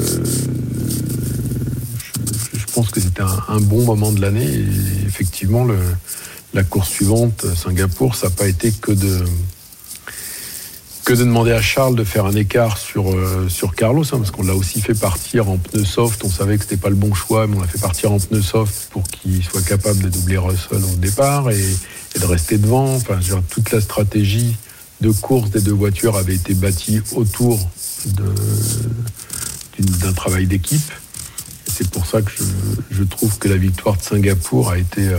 je pense que c'était un bon moment de l'année. Et effectivement, la course suivante, Singapour, ça n'a pas été que de demander à Charles de faire un écart sur Carlos, parce qu'on l'a aussi fait partir en pneus soft. On savait que c'était pas le bon choix, mais on l'a fait partir en pneus soft pour qu'il soit capable de doubler Russell au départ et de rester devant. Enfin, toute la stratégie de course des deux voitures avait été bâtie autour d'un travail d'équipe. Et c'est pour ça que je trouve que la victoire de Singapour a été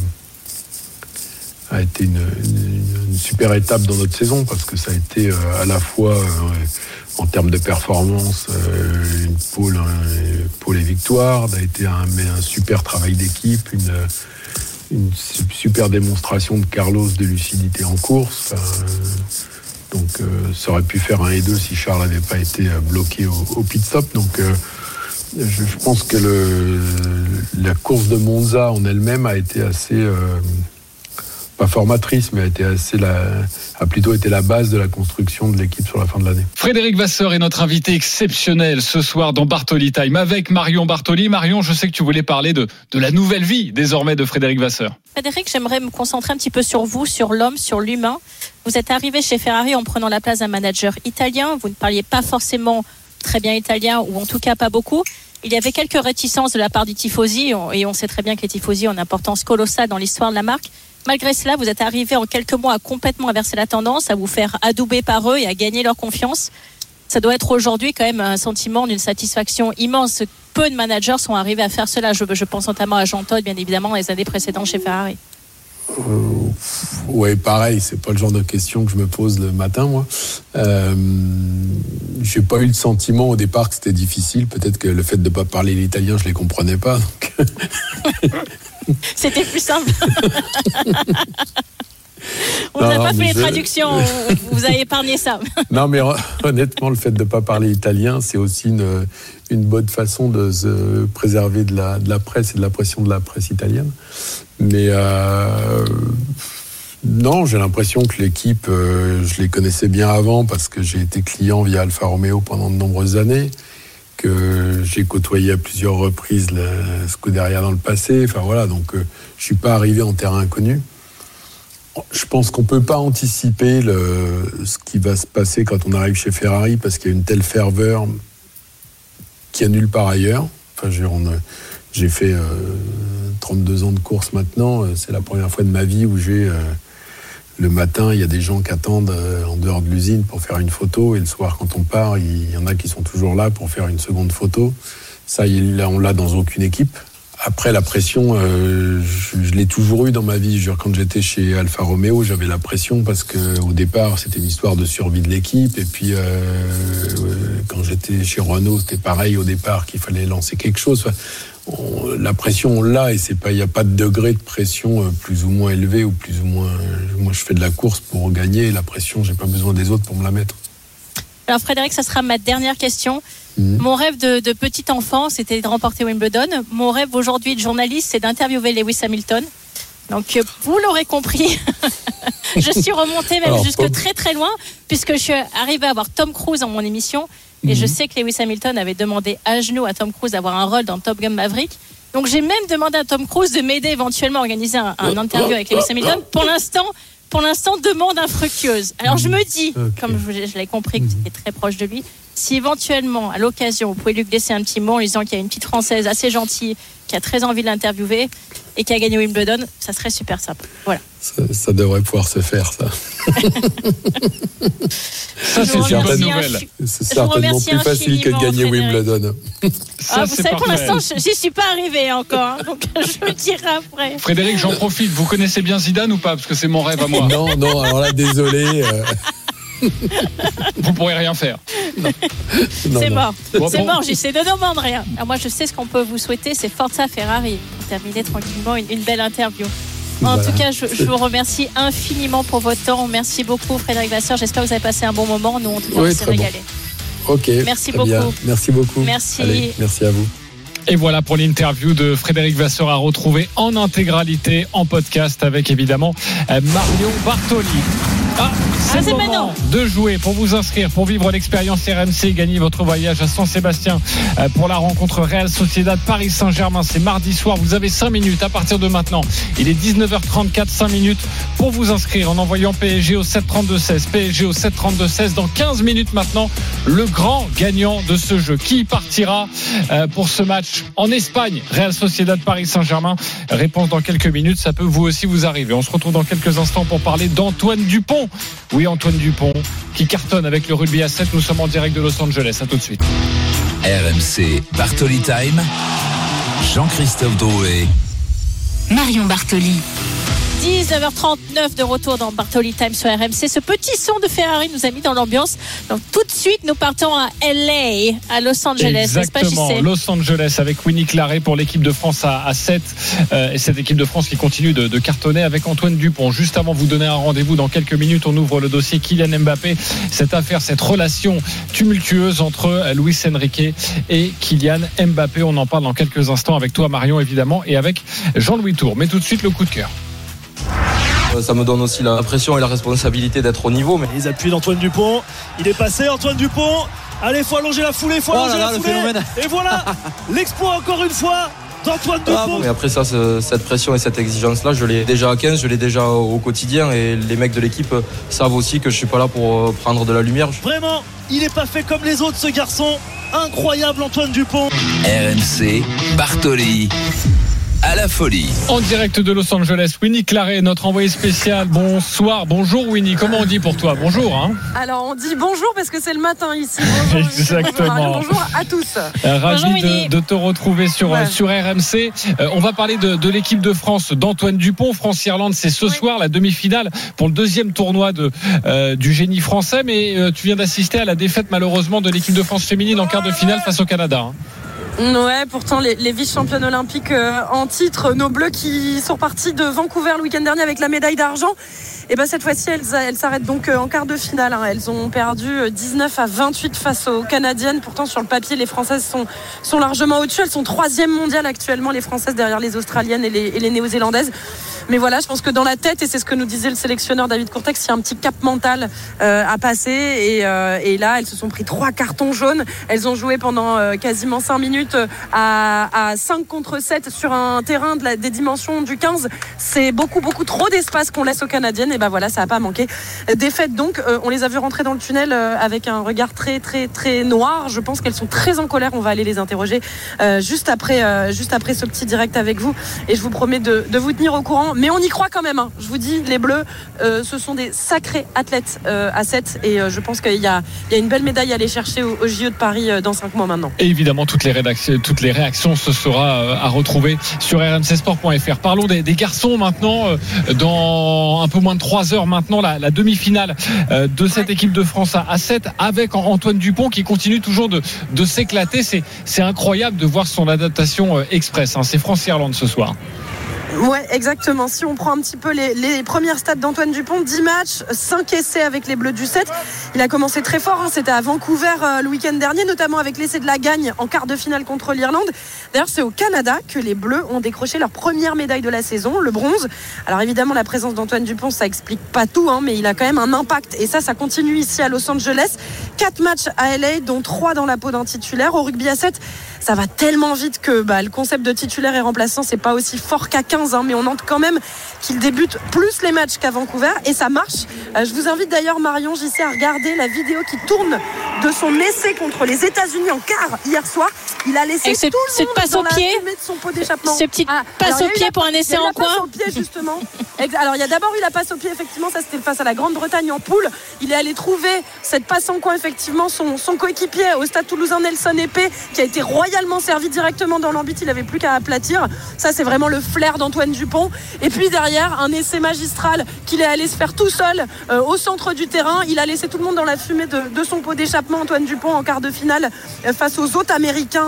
une super étape dans notre saison, parce que ça a été à la fois en termes de performance une pôle et victoire, ça a été un super travail d'équipe, une super démonstration de Carlos de lucidité en course. Donc ça aurait pu faire 1 et 2 si Charles n'avait pas été bloqué au pit stop. Donc je pense que la course de Monza en elle-même a été assez pas formatrice, mais a plutôt été la base de la construction de l'équipe sur la fin de l'année. Frédéric Vasseur est notre invité exceptionnel ce soir dans Bartoli Time avec Marion Bartoli. Marion, je sais que tu voulais parler de la nouvelle vie désormais de Frédéric Vasseur. Frédéric, j'aimerais me concentrer un petit peu sur vous, sur l'homme, sur l'humain. Vous êtes arrivé chez Ferrari en prenant la place d'un manager italien. Vous ne parliez pas forcément très bien italien, ou en tout cas pas beaucoup. Il y avait quelques réticences de la part du tifosi, et on sait très bien que les tifosi ont une importance colossale dans l'histoire de la marque. Malgré cela, vous êtes arrivé en quelques mois à complètement inverser la tendance, à vous faire adouber par eux et à gagner leur confiance. Ça doit être aujourd'hui quand même un sentiment d'une satisfaction immense. Peu de managers sont arrivés à faire cela. Je pense notamment à Jean Todt, bien évidemment, les années précédentes chez Ferrari. Ouais, pareil, c'est pas le genre de question que je me pose le matin, moi. J'ai pas eu le sentiment au départ que c'était difficile. Peut-être que le fait de pas parler l'italien, je les comprenais pas. Donc... C'était plus simple. On n'a pas fait les traductions, vous avez épargné ça. Non, mais honnêtement, le fait de ne pas parler italien, c'est aussi une bonne façon de se préserver de la presse et de la pression de la presse italienne. Mais non, j'ai l'impression que l'équipe, je les connaissais bien avant parce que j'ai été client via Alfa Romeo pendant de nombreuses années, que j'ai côtoyé à plusieurs reprises la Scuderia dans le passé. Enfin voilà, donc je suis pas arrivé en terrain inconnu. Je pense qu'on peut pas anticiper ce qui va se passer quand on arrive chez Ferrari, parce qu'il y a une telle ferveur qu'il y a nulle part ailleurs. Enfin, j'ai fait 32 ans de course maintenant. C'est la première fois de ma vie où le matin, il y a des gens qui attendent en dehors de l'usine pour faire une photo, et le soir, quand on part, il y en a qui sont toujours là pour faire une seconde photo. Ça, on l'a dans aucune équipe. Après, la pression, je l'ai toujours eu dans ma vie. Quand j'étais chez Alfa Romeo, j'avais la pression parce qu'au départ, c'était une histoire de survie de l'équipe. Et puis, quand j'étais chez Renault, c'était pareil au départ, qu'il fallait lancer quelque chose. Enfin, la pression, on l'a, et il n'y a pas de degré de pression plus ou moins élevé ou plus ou moins... Moi, je fais de la course pour gagner, et la pression, j'ai pas besoin des autres pour me la mettre. Alors Frédéric, ça sera ma dernière question. Mon rêve de petit enfant, c'était de remporter Wimbledon. Mon rêve aujourd'hui de journaliste, c'est d'interviewer Lewis Hamilton. Donc vous l'aurez compris, je suis remontée même jusque très très loin, puisque je suis arrivée à avoir Tom Cruise dans mon émission. Et je sais que Lewis Hamilton avait demandé à genoux à Tom Cruise d'avoir un rôle dans Top Gun Maverick. Donc j'ai même demandé à Tom Cruise de m'aider éventuellement à organiser un interview avec Lewis Hamilton. Pour l'instant, demande infructueuse. Alors je me dis, comme je l'ai compris que tu étais très proche de lui, si éventuellement, à l'occasion, vous pouvez lui laisser un petit mot en lui disant qu'il y a une petite Française assez gentille qui a très envie de l'interviewer et qui a gagné Wimbledon, ça serait super simple. Voilà. Ça devrait pouvoir se faire, ça. Ça, c'est une bonne nouvelle. C'est certainement plus facile que de gagner Wimbledon. Vous savez, pour l'instant, j'y suis pas arrivé encore, donc je le dirai après. Frédéric, j'en profite. Vous connaissez bien Zidane ou pas? Parce que c'est mon rêve à moi. Non, alors là, désolé. Vous pourrez rien faire. C'est mort. C'est mort, j'essaie de demander rien. Alors moi, je sais ce qu'on peut vous souhaiter, c'est Forza Ferrari, pour terminer tranquillement une belle interview. En tout cas, je vous remercie infiniment pour votre temps. Merci beaucoup, Frédéric Vasseur. J'espère que vous avez passé un bon moment. Nous, en tout cas, on s'est régalé. Ok. Merci beaucoup. Bien. Merci beaucoup. Merci. Allez, merci à vous. Et voilà pour l'interview de Frédéric Vasseur à retrouver en intégralité en podcast avec évidemment Marion Bartoli. C'est le moment de jouer. Pour vous inscrire, pour vivre l'expérience RMC, gagner votre voyage à San-Sébastien pour la rencontre Real Sociedad Paris Saint-Germain. C'est mardi soir. Vous avez 5 minutes à partir de maintenant. Il est 19h34, 5 minutes pour vous inscrire en envoyant PSG au 732-16. PSG au 732-16. Dans 15 minutes maintenant, le grand gagnant de ce jeu. Qui partira pour ce match en Espagne? Real Sociedad Paris Saint-Germain. Réponse dans quelques minutes. Ça peut vous aussi vous arriver. On se retrouve dans quelques instants pour parler d'Antoine Dupont. Oui, Antoine Dupont qui cartonne avec le rugby à 7. Nous sommes en direct de Los Angeles. À tout de suite. RMC Bartoli Time. Jean-Christophe Drouet. Marion Bartoli. 19h39 de retour dans Bartoli Time sur RMC. Ce petit son de Ferrari nous a mis dans l'ambiance. Donc tout de suite, nous partons à LA, à Los Angeles. Exactement, n'est-ce pas, Los Angeles avec Winnie Claret pour l'équipe de France à 7. Et cette équipe de France qui continue de cartonner avec Antoine Dupont. Juste avant de vous donner un rendez-vous, dans quelques minutes, on ouvre le dossier Kylian Mbappé. Cette affaire, cette relation tumultueuse entre Luis Enrique et Kylian Mbappé. On en parle dans quelques instants avec toi, Marion, évidemment, et avec Jean-Louis Tour. Mais tout de suite, le coup de cœur. Ça me donne aussi la pression et la responsabilité d'être au niveau. Mais... Les appuis d'Antoine Dupont. Il est passé, Antoine Dupont. Allez, il faut allonger la foulée, Et voilà, l'exploit encore une fois d'Antoine Dupont. Et après ça, cette pression et cette exigence-là, je l'ai déjà à 15, je l'ai déjà au quotidien. Et les mecs de l'équipe savent aussi que je suis pas là pour prendre de la lumière. Vraiment, il n'est pas fait comme les autres, ce garçon. Incroyable, Antoine Dupont. RMC, Bartoli. À la folie. En direct de Los Angeles, Winnie Claret, notre envoyé spécial. Bonsoir, bonjour Winnie. Comment on dit pour toi? Bonjour. Alors on dit bonjour parce que c'est le matin ici. Bonjour, exactement. Bonjour à tous. Ravi de te retrouver sur RMC. On va parler de l'équipe de France d'Antoine Dupont. France-Irlande, c'est ce soir la demi-finale pour le deuxième tournoi du génie français. Mais tu viens d'assister à la défaite malheureusement de l'équipe de France féminine en quart de finale face au Canada. Ouais, pourtant les vice-championnes olympiques en titre, nos Bleus qui sont partis de Vancouver le week-end dernier avec la médaille d'argent. Et ben cette fois-ci, elles s'arrêtent donc en quart de finale. Elles ont perdu 19-28 face aux Canadiennes. Pourtant, sur le papier, les Françaises sont largement au-dessus. Elles sont 3e mondiale actuellement, les Françaises, derrière les Australiennes et les Néo-Zélandaises. Mais voilà, je pense que dans la tête, et c'est ce que nous disait le sélectionneur David Courtex, il y a un petit cap mental à passer. Et là, elles se sont pris 3 cartons jaunes. Elles ont joué pendant quasiment 5 minutes à 5 contre 7 sur un terrain des dimensions du 15. C'est beaucoup trop d'espace qu'on laisse aux Canadiennes. Et ben voilà, ça n'a pas manqué. Défaite donc, on les a vues rentrer dans le tunnel avec un regard très noir. Je pense qu'elles sont très en colère. On va aller les interroger juste après ce petit direct avec vous. Et je vous promets de vous tenir au courant. Mais on y croit quand même. Je vous dis, les Bleus, ce sont des sacrés athlètes à 7. Et je pense qu'il y a une belle médaille à aller chercher au JO de Paris dans 5 mois maintenant. Et évidemment, toutes les réactions, ce sera à retrouver sur rmcsport.fr. Parlons des garçons maintenant. Dans un peu moins de 3 heures maintenant, la demi-finale de cette équipe de France à 7 avec Antoine Dupont qui continue toujours de s'éclater. C'est incroyable de voir son adaptation express. C'est France-Irlande ce soir. Ouais, exactement. Si on prend un petit peu les premières stats d'Antoine Dupont, 10 matchs, 5 essais avec les Bleus du 7. Il a commencé très fort, c'était à Vancouver le week-end dernier, notamment avec l'essai de la gagne en quart de finale contre l'Irlande. D'ailleurs, c'est au Canada que les Bleus ont décroché leur première médaille de la saison, le bronze. Alors évidemment, la présence d'Antoine Dupont, ça explique pas tout, mais il a quand même un impact. Et ça continue ici à Los Angeles. 4 matchs à LA, dont 3 dans la peau d'un titulaire. Au rugby à 7, ça va tellement vite que le concept de titulaire et remplaçant, c'est pas aussi fort qu'à 15, mais on note quand même qu'il débute plus les matchs qu'à Vancouver et ça marche. Je vous invite d'ailleurs, Marion, JC, à regarder la vidéo qui tourne de son essai contre les États-Unis en quart hier soir. Il a laissé tout le monde dans la fumée de son pot d'échappement. Ce petit passe au pied pour un essai en coin. Passe au pied, justement. Alors il y a d'abord eu la passe au pied, effectivement, ça c'était face à la Grande-Bretagne en poule. Il est allé trouver cette passe en coin, effectivement, son coéquipier au Stade Toulousain, Nelson Épée, qui a été royalement servi directement dans l'embut. Il n'avait plus qu'à aplatir. Ça, c'est vraiment le flair d'Antoine Dupont. Et puis derrière, un essai magistral qu'il est allé se faire tout seul au centre du terrain. Il a laissé tout le monde dans la fumée de son pot d'échappement. Antoine Dupont en quart de finale face aux hôtes américains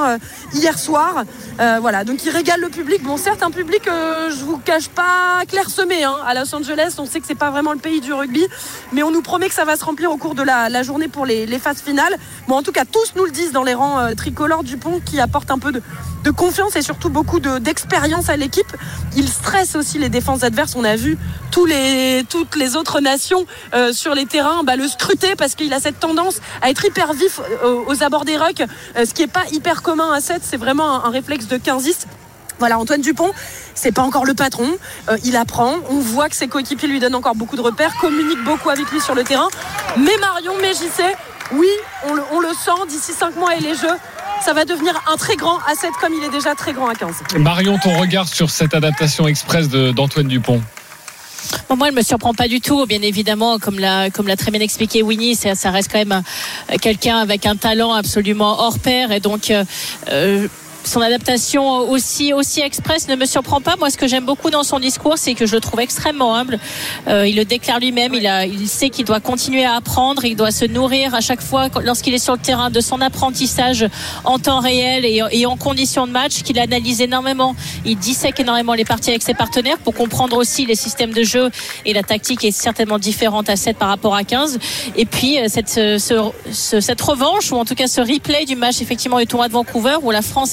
hier soir. Voilà, donc il régale le public. Bon, certes, un public, je vous cache pas, clairsemé. À Los Angeles, on sait que c'est pas vraiment le pays du rugby, mais on nous promet que ça va se remplir au cours de la journée pour les phases finales. Bon, en tout cas, tous nous le disent dans les rangs tricolores Dupont, qui apporte un peu de confiance et surtout beaucoup d'expérience à l'équipe. Il stresse aussi les défenses adverses. On a vu toutes les autres nations sur les terrains le scruter, parce qu'il a cette tendance à être hyper vif aux abords des rucks, ce qui n'est pas hyper commun à 7. C'est vraiment un réflexe de 15-istes. Voilà, Antoine Dupont, c'est pas encore le patron, il apprend, on voit que ses coéquipiers lui donnent encore beaucoup de repères, communiquent beaucoup avec lui sur le terrain, mais Marion, JC, oui, on le sent, d'ici 5 mois et les Jeux, ça va devenir un très grand à 7 comme il est déjà très grand à 15. Marion, ton regard sur cette adaptation express d'Antoine Dupont? Bon, moi, elle me surprend pas du tout. Bien évidemment, comme l'a très bien expliqué Winnie, ça reste quand même quelqu'un avec un talent absolument hors pair, et donc son adaptation aussi express ne me surprend pas. Moi, ce que j'aime beaucoup dans son discours, c'est que je le trouve extrêmement humble. Il le déclare lui-même. Il sait qu'il doit continuer à apprendre. Il doit se nourrir à chaque fois, lorsqu'il est sur le terrain, de son apprentissage en temps réel et en conditions de match, qu'il analyse énormément. Il dissèque énormément les parties avec ses partenaires pour comprendre aussi les systèmes de jeu, et la tactique est certainement différente à 7 par rapport à 15. Et puis, cette revanche, ou en tout cas ce replay du match effectivement du tournoi de Vancouver, où la France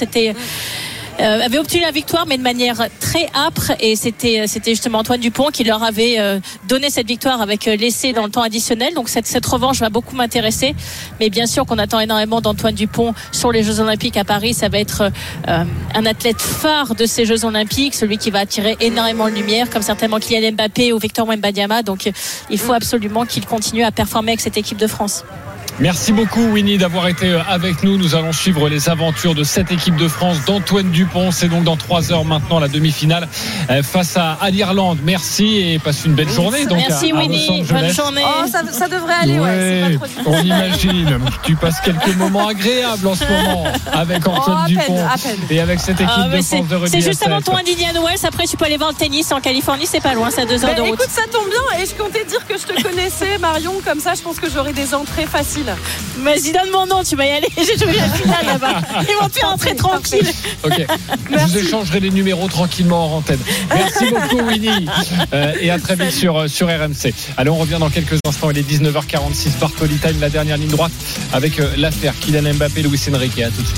avait obtenu la victoire, mais de manière très âpre, et c'était justement Antoine Dupont qui leur avait donné cette victoire avec l'essai dans le temps additionnel. Donc cette revanche va beaucoup m'intéresser, mais bien sûr qu'on attend énormément d'Antoine Dupont sur les Jeux Olympiques à Paris. Ça va être un athlète phare de ces Jeux Olympiques, celui qui va attirer énormément de lumière, comme certainement Kylian Mbappé ou Victor Wembanyama. Donc il faut absolument qu'il continue à performer avec cette équipe de France. Merci beaucoup Winnie d'avoir été avec nous. Nous allons suivre les aventures de cette équipe de France d'Antoine Dupont. C'est donc dans 3 heures maintenant la demi-finale face à l'Irlande. Merci et passe une belle journée. Donc merci Winnie, bonne journée. Oh, ça devrait aller, c'est pas trop on imagine. Tu passes quelques moments agréables en ce moment avec Antoine Dupont à peine. Et avec cette équipe de France de rugby. C'est juste avant ton Indian Wells. Après tu peux aller voir le tennis en Californie, c'est pas loin, c'est à 2 heures de route. Écoute, ça tombe bien, et je comptais dire que je te connaissais, Marion, comme ça je pense que j'aurai des entrées faciles. Vas-y, donne mon nom, tu vas y aller. J'ai joué la finale là-bas. Ils vont te faire entrer tranquille. Ok. Je vous échangerai les numéros tranquillement en antenne. Merci beaucoup Winnie. Et à très vite sur RMC. Allez, on revient dans quelques instants. Il est 19h46. Bartoli Time, la dernière ligne droite avec l'affaire Kylian Mbappé, Luis Enrique. À tout de suite.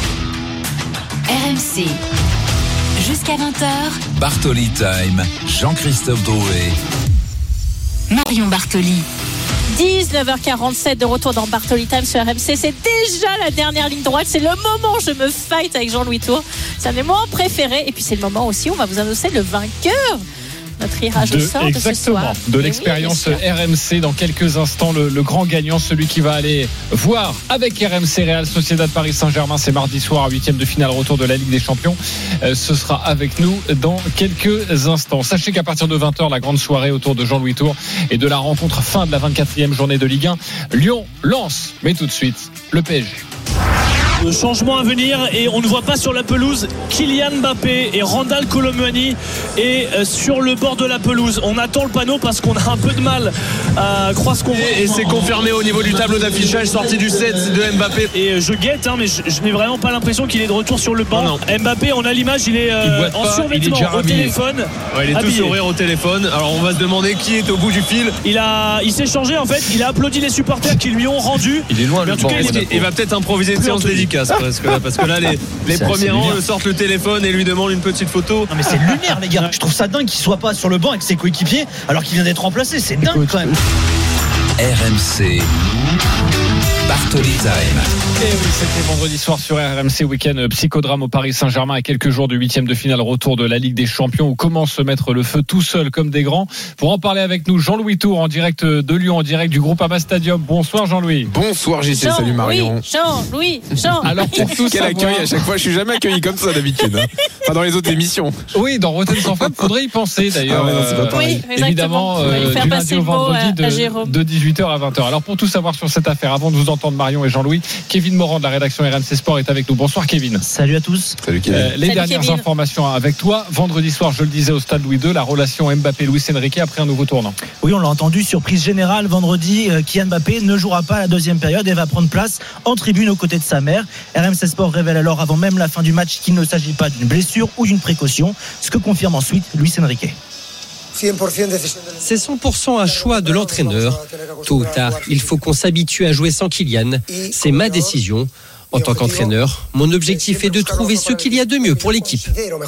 RMC. Jusqu'à 20h. Bartoli Time. Jean-Christophe Drouet. Marion Bartoli. 19h47 de retour dans Bartoli Time sur RMC. C'est déjà la dernière ligne droite. C'est le moment où je me fight avec Jean-Louis Tour. C'est un de mes moments préférés. Et puis c'est le moment aussi où on va vous annoncer le vainqueur. Notre tirage au sort de ce soir. De l'expérience RMC dans quelques instants. Le grand gagnant, celui qui va aller voir avec RMC Real Sociedad Paris Saint-Germain. C'est mardi soir, 8e de finale, retour de la Ligue des Champions. Ce sera avec nous dans quelques instants. Sachez qu'à partir de 20h, la grande soirée autour de Jean-Louis Tour et de la rencontre fin de la 24e journée de Ligue 1. Lyon-Lens. Mais tout de suite, le PSG. Le changement à venir, et on ne voit pas sur la pelouse Kylian Mbappé et Randal Kolo Muani est sur le bord de la pelouse. On attend le panneau parce qu'on a un peu de mal à croire ce qu'on voit. Et c'est confirmé au niveau du tableau d'affichage, sortie du set de Mbappé. Et je guette, mais je n'ai vraiment pas l'impression qu'il est de retour sur le banc. Non. Mbappé, on a l'image, il est en survêtement au téléphone. Ouais, il est tout sourire au téléphone. Alors on va se demander qui est au bout du fil. Il s'est changé en fait, il a applaudi les supporters qui lui ont rendu. Il est loin, le banc. Il va peut-être improviser une séance dédicace. Parce que là les premiers rangs sortent le téléphone et lui demandent une petite photo. Non mais c'est lunaire les gars. Je trouve ça dingue qu'il soit pas sur le banc avec ses coéquipiers alors qu'il vient d'être remplacé. C'est dingue quand même. RMC Bartoli Time. Et oui, c'était vendredi soir sur RMC Week-end psychodrame au Paris Saint-Germain à quelques jours du 8e de finale, retour de la Ligue des Champions, où comment se mettre le feu tout seul comme des grands. Pour en parler avec nous, Jean-Louis Tour en direct de Lyon, en direct du Groupama Stadium. Bonsoir Jean-Louis. Bonsoir JC, salut Marion. Jean-Louis. Alors pour tous quel accueil à chaque fois, je suis jamais accueilli comme ça d'habitude. Pas dans les autres émissions. Oui, dans Rotten sans femme, faudrait y penser d'ailleurs. Oui, évidemment, faire du passer lundi au le mot vendredi à Jérôme. de 18h à 20h. Alors pour tout savoir sur cette affaire, avant de vous entendre Marion et Jean-Louis, Kevin Morand de la rédaction RMC Sport est avec nous. Bonsoir Kevin. Salut à tous. Salut Kevin. Les Salut dernières Kevin. informations avec toi. Vendredi soir, je le disais au stade Louis II, la relation Mbappé-Luis Enrique après un nouveau tournant. Oui, on l'a entendu, surprise générale vendredi, Kylian Mbappé ne jouera pas la deuxième période et va prendre place en tribune aux côtés de sa mère. RMC Sport révèle alors avant même la fin du match qu'il ne s'agit pas d'une blessure ou d'une précaution, ce que confirme ensuite Luis Enrique. C'est 100% un choix de l'entraîneur. Tôt ou tard, il faut qu'on s'habitue à jouer sans Kylian. C'est ma décision. En tant qu'entraîneur, mon objectif est de trouver ce qu'il y a de mieux pour l'équipe.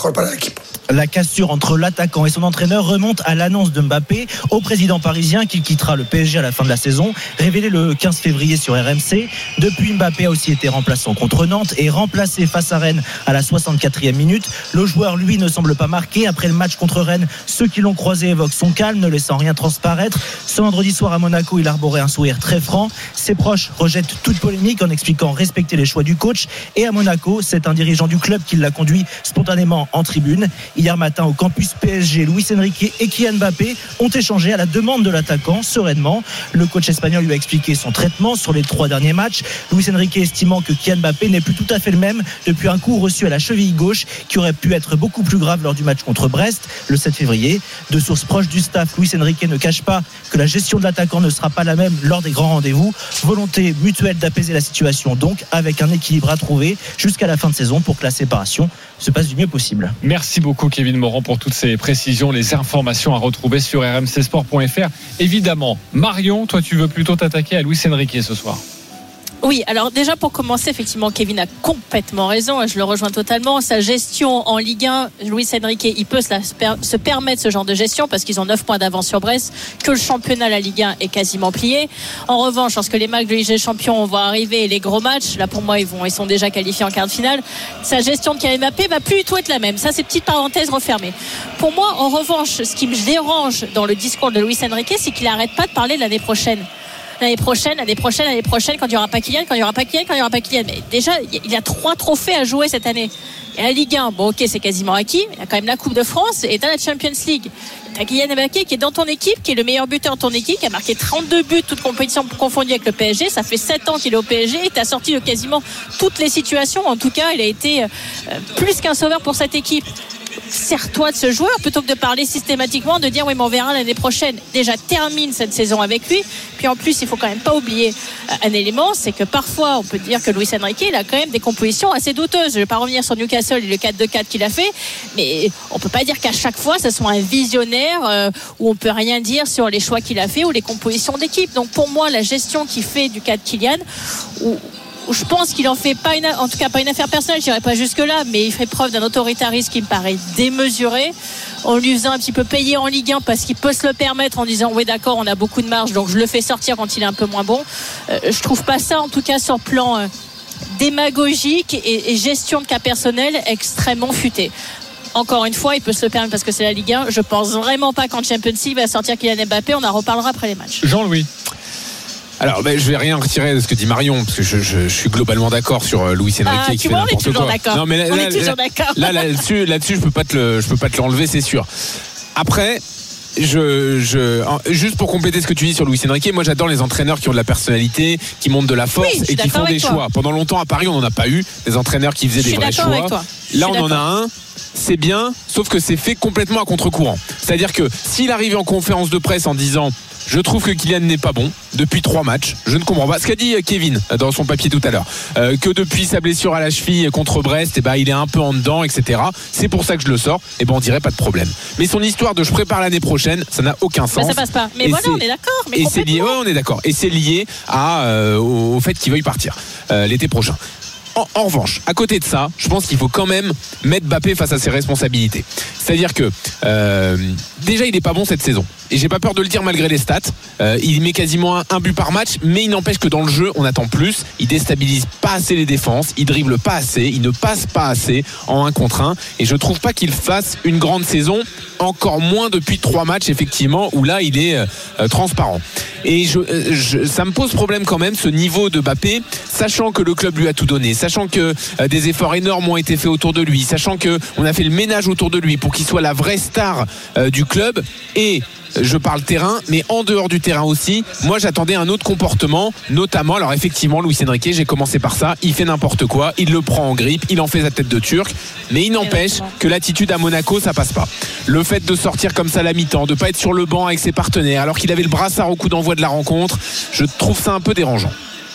La cassure entre l'attaquant et son entraîneur remonte à l'annonce de Mbappé au président parisien qu'il quittera le PSG à la fin de la saison, révélé le 15 février sur RMC. Depuis, Mbappé a aussi été remplaçant contre Nantes et remplacé face à Rennes à la 64e minute. Le joueur, lui, ne semble pas marqué. Après le match contre Rennes, ceux qui l'ont croisé évoquent son calme, ne laissant rien transparaître. Ce vendredi soir à Monaco, il arborait un sourire très franc. Ses proches rejettent toute polémique en expliquant respecter les choix du coach. Et à Monaco, c'est un dirigeant du club qui l'a conduit spontanément en tribune. Hier matin au campus PSG, Luis Enrique et Kylian Mbappé ont échangé à la demande de l'attaquant sereinement. Le coach espagnol lui a expliqué son traitement sur les 3 derniers matchs. Luis Enrique estimant que Kylian Mbappé n'est plus tout à fait le même depuis un coup reçu à la cheville gauche qui aurait pu être beaucoup plus grave lors du match contre Brest le 7 février. De sources proches du staff, Luis Enrique ne cache pas que la gestion de l'attaquant ne sera pas la même lors des grands rendez-vous. Volonté mutuelle d'apaiser la situation donc, avec un équilibre à trouver jusqu'à la fin de saison pour que la séparation se passe du mieux possible. Merci beaucoup Kevin Morand pour toutes ces précisions, les informations à retrouver sur rmcsport.fr. Évidemment, Marion, toi tu veux plutôt t'attaquer à Luis Enrique ce soir. Oui, alors déjà pour commencer, effectivement, Kevin a complètement raison, je le rejoins totalement. Sa gestion en Ligue 1, Luis Enrique, il peut se permettre ce genre de gestion parce qu'ils ont 9 points d'avance sur Brest, que le championnat, la Ligue 1 est quasiment plié. En revanche, lorsque les matchs de Ligue des Champions vont arriver et les gros matchs, là pour moi ils sont déjà qualifiés en quart de finale, sa gestion de Kylian Mbappé va plus du tout être la même. Ça, c'est petite parenthèse refermée. Pour moi, en revanche, ce qui me dérange dans le discours de Luis Enrique, c'est qu'il n'arrête pas de parler de l'année prochaine, quand il n'y aura pas Kylian, mais déjà il y a 3 trophées à jouer cette année. Et la Ligue 1, bon ok, c'est quasiment acquis, mais il y a quand même la Coupe de France et t'as la Champions League. T'as Kylian Mbappé qui est dans ton équipe, qui est le meilleur buteur de ton équipe, qui a marqué 32 buts, toutes compétitions confondues avec le PSG. Ça fait 7 ans qu'il est au PSG et t'as sorti de quasiment toutes les situations. En tout cas, il a été plus qu'un sauveur pour cette équipe. Sers-toi de ce joueur plutôt que de parler systématiquement, de dire oui mais on verra l'année prochaine. Déjà termine cette saison avec lui. Puis en plus il faut quand même pas oublier un élément, c'est que parfois on peut dire que Luis Enrique il a quand même des compositions assez douteuses. Je vais pas revenir sur Newcastle et le 4-2-4 qu'il a fait, mais on peut pas dire qu'à chaque fois ce soit un visionnaire où on peut rien dire sur les choix qu'il a fait ou les compositions d'équipe. Donc pour moi la gestion qu'il fait du cas de Kylian, où je pense qu'il en fait pas en tout cas pas une affaire personnelle, je dirais pas jusque là, mais il fait preuve d'un autoritarisme qui me paraît démesuré, en lui faisant un petit peu payer en Ligue 1 parce qu'il peut se le permettre en disant oui d'accord on a beaucoup de marge donc je le fais sortir quand il est un peu moins bon. Je trouve pas ça en tout cas sur le plan démagogique et gestion de cas personnel extrêmement futé. Encore une fois, il peut se le permettre parce que c'est la Ligue 1. Je pense vraiment pas qu'en Champions League il va sortir Kylian Mbappé, on en reparlera après les matchs. Jean-Louis. Alors, je vais rien retirer de ce que dit Marion, parce que je suis globalement d'accord sur Luis Enrique qui fait n'importe quoi. D'accord. Non, mais on est toujours d'accord. Là-dessus, je peux pas te l'enlever, c'est sûr. Après, juste pour compléter ce que tu dis sur Luis Enrique, moi j'adore les entraîneurs qui ont de la personnalité, qui montrent de la force et qui font des choix. Pendant longtemps à Paris, on n'en a pas eu des entraîneurs qui faisaient des vrais choix. Là, on en a un. C'est bien, sauf que c'est fait complètement à contre-courant. C'est-à-dire que s'il arrivait en conférence de presse en disant je trouve que Kylian n'est pas bon depuis 3 matchs, je ne comprends pas ce qu'a dit Kevin dans son papier tout à l'heure, que depuis sa blessure à la cheville contre Brest, il est un peu en dedans, etc. C'est pour ça que je le sors, on dirait pas de problème. Mais son histoire de je prépare l'année prochaine, ça n'a aucun sens. Ça passe pas. Mais voilà, on est d'accord. Mais et c'est lié, on est d'accord. Et c'est lié au fait qu'il veuille partir l'été prochain. En revanche, à côté de ça, je pense qu'il faut quand même mettre Mbappé face à ses responsabilités. C'est-à-dire que déjà, il n'est pas bon cette saison. et j'ai pas peur de le dire malgré les stats. Il met quasiment un but par match, mais il n'empêche que dans le jeu, on attend plus. Il déstabilise pas assez les défenses, il dribble pas assez, il ne passe pas assez en 1 contre 1. Et je trouve pas qu'il fasse une grande saison, encore moins depuis 3 matchs, effectivement, où là, il est transparent. Et ça me pose problème quand même, ce niveau de Mbappé, sachant que le club lui a tout donné, sachant que des efforts énormes ont été faits autour de lui, sachant qu'on a fait le ménage autour de lui pour qu'il soit la vraie star du club. Et je parle terrain, mais en dehors du terrain aussi, moi j'attendais un autre comportement, notamment, alors effectivement, Luis Enrique, j'ai commencé par ça, il fait n'importe quoi, il le prend en grippe, il en fait sa tête de turc, mais il n'empêche que l'attitude à Monaco, ça passe pas. Le fait de sortir comme ça à la mi-temps, de pas être sur le banc avec ses partenaires, alors qu'il avait le brassard au coup d'envoi de la rencontre, je trouve ça un peu dérangeant.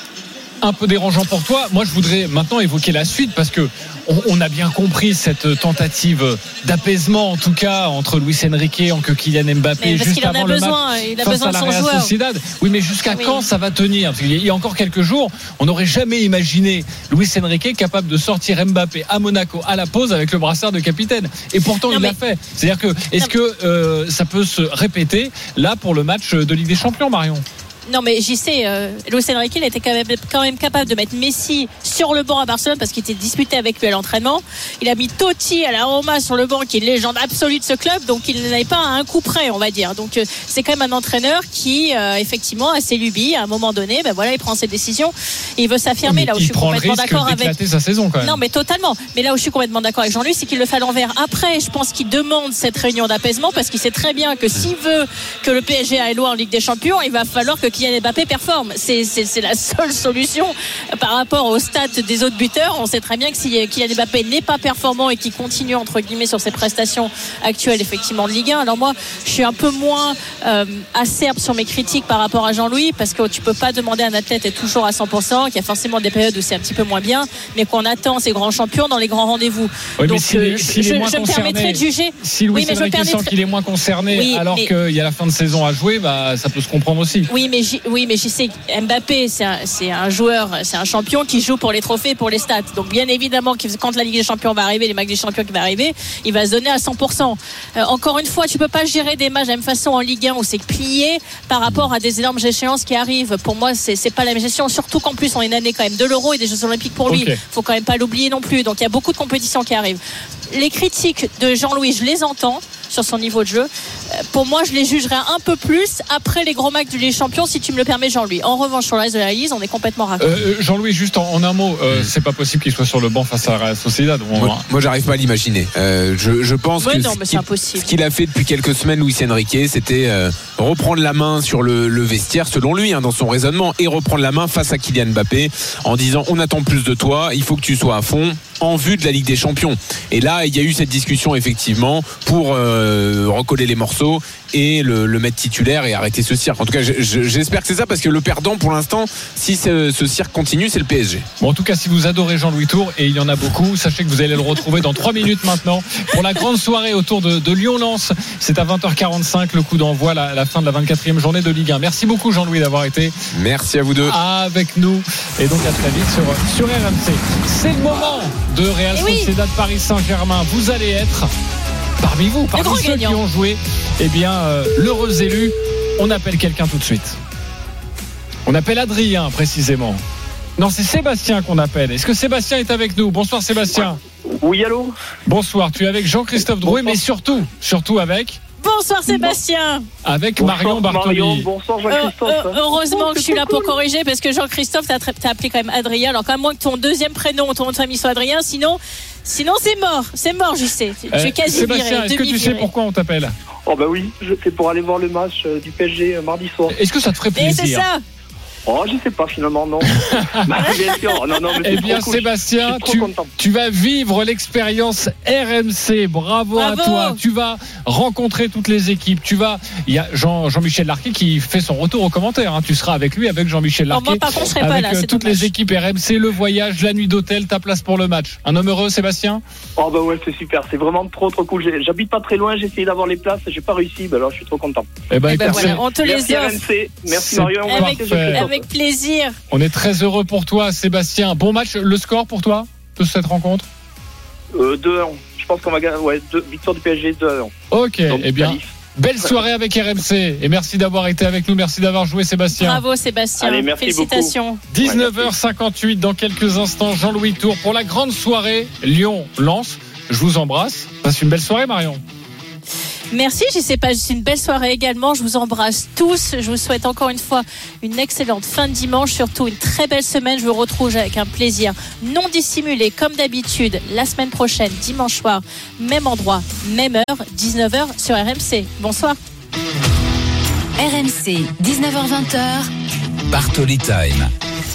Un peu dérangeant pour toi. Moi, je voudrais maintenant évoquer la suite parce que on a bien compris cette tentative d'apaisement, en tout cas, entre Luis Enrique et Kylian Mbappé juste avant le match face à la Real Sociedad. Oui, mais jusqu'à quand ça va tenir? Parce qu'il y a encore quelques jours, on n'aurait jamais imaginé Luis Enrique capable de sortir Mbappé à Monaco à la pause avec le brassard de capitaine. Et pourtant, il l'a fait. C'est-à-dire que, est-ce que ça peut se répéter là pour le match de Ligue des Champions, Marion? Non, mais j'y sais, Luis Enrique, il était quand même capable de mettre Messi sur le banc à Barcelone parce qu'il était disputé avec lui à l'entraînement. Il a mis Totti à la Roma sur le banc, qui est une légende absolue de ce club, donc il n'avait pas à un coup près, on va dire. Donc c'est quand même un entraîneur qui, effectivement, a ses lubies. À un moment donné, il prend ses décisions et il veut s'affirmer. Là où je suis complètement d'accord avec. Sa saison, quand même. Non, mais totalement. Mais là où je suis complètement d'accord avec Jean-Louis, c'est qu'il le fait à l'envers. Après, je pense qu'il demande cette réunion d'apaisement parce qu'il sait très bien que s'il veut que le PSG aille loin en Ligue des Champions, il va falloir que Kylian Mbappé performe. C'est la seule solution par rapport aux stats des autres buteurs. On sait très bien que si Kylian Mbappé n'est pas performant et qu'il continue entre guillemets sur ses prestations actuelles effectivement de Ligue 1, alors moi je suis un peu moins acerbe sur mes critiques par rapport à Jean-Louis, parce que tu peux pas demander à un athlète d'être toujours à 100%, qu'il y a forcément des périodes où c'est un petit peu moins bien, mais qu'on attend ces grands champions dans les grands rendez-vous. Oui, donc je me permettrai de juger. Si Luis Enrique sent qu'il est moins concerné alors qu'il y a la fin de saison à jouer, ça peut se comprendre aussi. Oui, mais je sais que Mbappé, c'est un joueur, c'est un champion qui joue pour les trophées, pour les stats. Donc bien évidemment, quand la Ligue des Champions va arriver, les matchs des champions qui va arriver, il va se donner à 100%. Encore une fois, tu peux pas gérer des matchs de la même façon en Ligue 1 où c'est plié par rapport à des énormes échéances qui arrivent. Pour moi, c'est pas la même gestion, surtout qu'en plus on est une année quand même de l'Euro et des Jeux Olympiques pour lui. Faut quand même pas l'oublier non plus. Donc il y a beaucoup de compétitions qui arrivent. Les critiques de Jean-Louis, je les entends sur son niveau de jeu. Pour moi, je les jugerai un peu plus après les gros matchs de Ligue des Champions, si tu me le permets, Jean-Louis. En revanche, sur le reste de la liste, on est complètement raccord. Jean-Louis, juste en un mot, c'est pas possible qu'il soit sur le banc face à la Real Sociedad. Moi, j'arrive pas à l'imaginer. Je pense que ce qu'il a fait depuis quelques semaines, Luis Enrique, c'était reprendre la main sur le vestiaire, selon lui, dans son raisonnement, et reprendre la main face à Kylian Mbappé en disant on attend plus de toi, il faut que tu sois à fond en vue de la Ligue des Champions. Et là, il y a eu cette discussion effectivement pour recoller les morceaux et le mettre titulaire et arrêter ce cirque. En tout cas, j'espère que c'est ça, parce que le perdant pour l'instant, si ce cirque continue, c'est le PSG. Bon, en tout cas, si vous adorez Jean-Louis Tour, et il y en a beaucoup, sachez que vous allez le retrouver dans 3 minutes maintenant pour la grande soirée autour de Lyon-Lens. C'est à 20h45 le coup d'envoi, la fin de la 24e journée de Ligue 1. Merci beaucoup Jean-Louis d'avoir été merci à vous deux avec nous, et donc à très vite sur RMC. C'est le moment de Real Sociedad Paris Saint-Germain. Vous allez être parmi ceux qui ont joué l'heureux élu. On appelle quelqu'un tout de suite. On appelle Adrien précisément. Non, c'est Sébastien qu'on appelle. Est-ce que Sébastien est avec nous? Bonsoir Sébastien. Oui, allô. Bonsoir, tu es avec Jean-Christophe Drouet, mais surtout avec... Bonsoir Sébastien. Avec Marion Bartoli. Bonsoir Jean-Christophe. Heureusement que je suis là pour corriger, parce que Jean-Christophe t'as appelé quand même Adrien. Alors quand même moins que ton deuxième prénom, ton nom de famille soit Adrien, sinon c'est mort, je sais. Tu es quasi Sébastien, viré. Est-ce que tu sais pourquoi on t'appelle? Oh bah oui, c'est pour aller voir le match du PSG mardi soir. Est-ce que ça te ferait plaisir? Et c'est ça. Oh, je sais pas finalement, non. Bien sûr. Non, mais eh bien, Sébastien, tu vas vivre l'expérience RMC. Bravo à toi. Tu vas rencontrer toutes les équipes. Il y a Jean-Michel Larquet qui fait son retour aux commentaires. Tu seras avec lui, avec Jean-Michel Larquet. Moi, par contre, je serai avec pas là, toutes les équipes RMC, le voyage, la nuit d'hôtel, ta place pour le match. Un homme heureux, Sébastien? Oh bah ouais, c'est super. C'est vraiment trop cool. J'habite pas très loin. J'ai essayé d'avoir les places. J'ai pas réussi. Alors, je suis trop content. Voilà, on te merci les offre. RMC. Merci Marion. Avec plaisir. On est très heureux pour toi, Sébastien. Bon match. Le score pour toi de cette rencontre? 2-1. Je pense qu'on va gagner. Ouais, victoire du PSG 2-1. Ok. Donc, Belle soirée avec RMC et merci d'avoir été avec nous, merci d'avoir joué Sébastien. Bravo Sébastien. Allez, merci félicitations. 19h58 dans quelques instants, Jean-Louis Tour pour la grande soirée Lyon-Lens. Je vous embrasse. Passe une belle soirée Marion. Merci, je sais pas, c'est une belle soirée également. Je vous embrasse tous. Je vous souhaite encore une fois une excellente fin de dimanche, surtout une très belle semaine. Je vous retrouve avec un plaisir non dissimulé, comme d'habitude, la semaine prochaine, dimanche soir, même endroit, même heure, 19h sur RMC. Bonsoir. RMC, 19h-20h. Bartoli Time.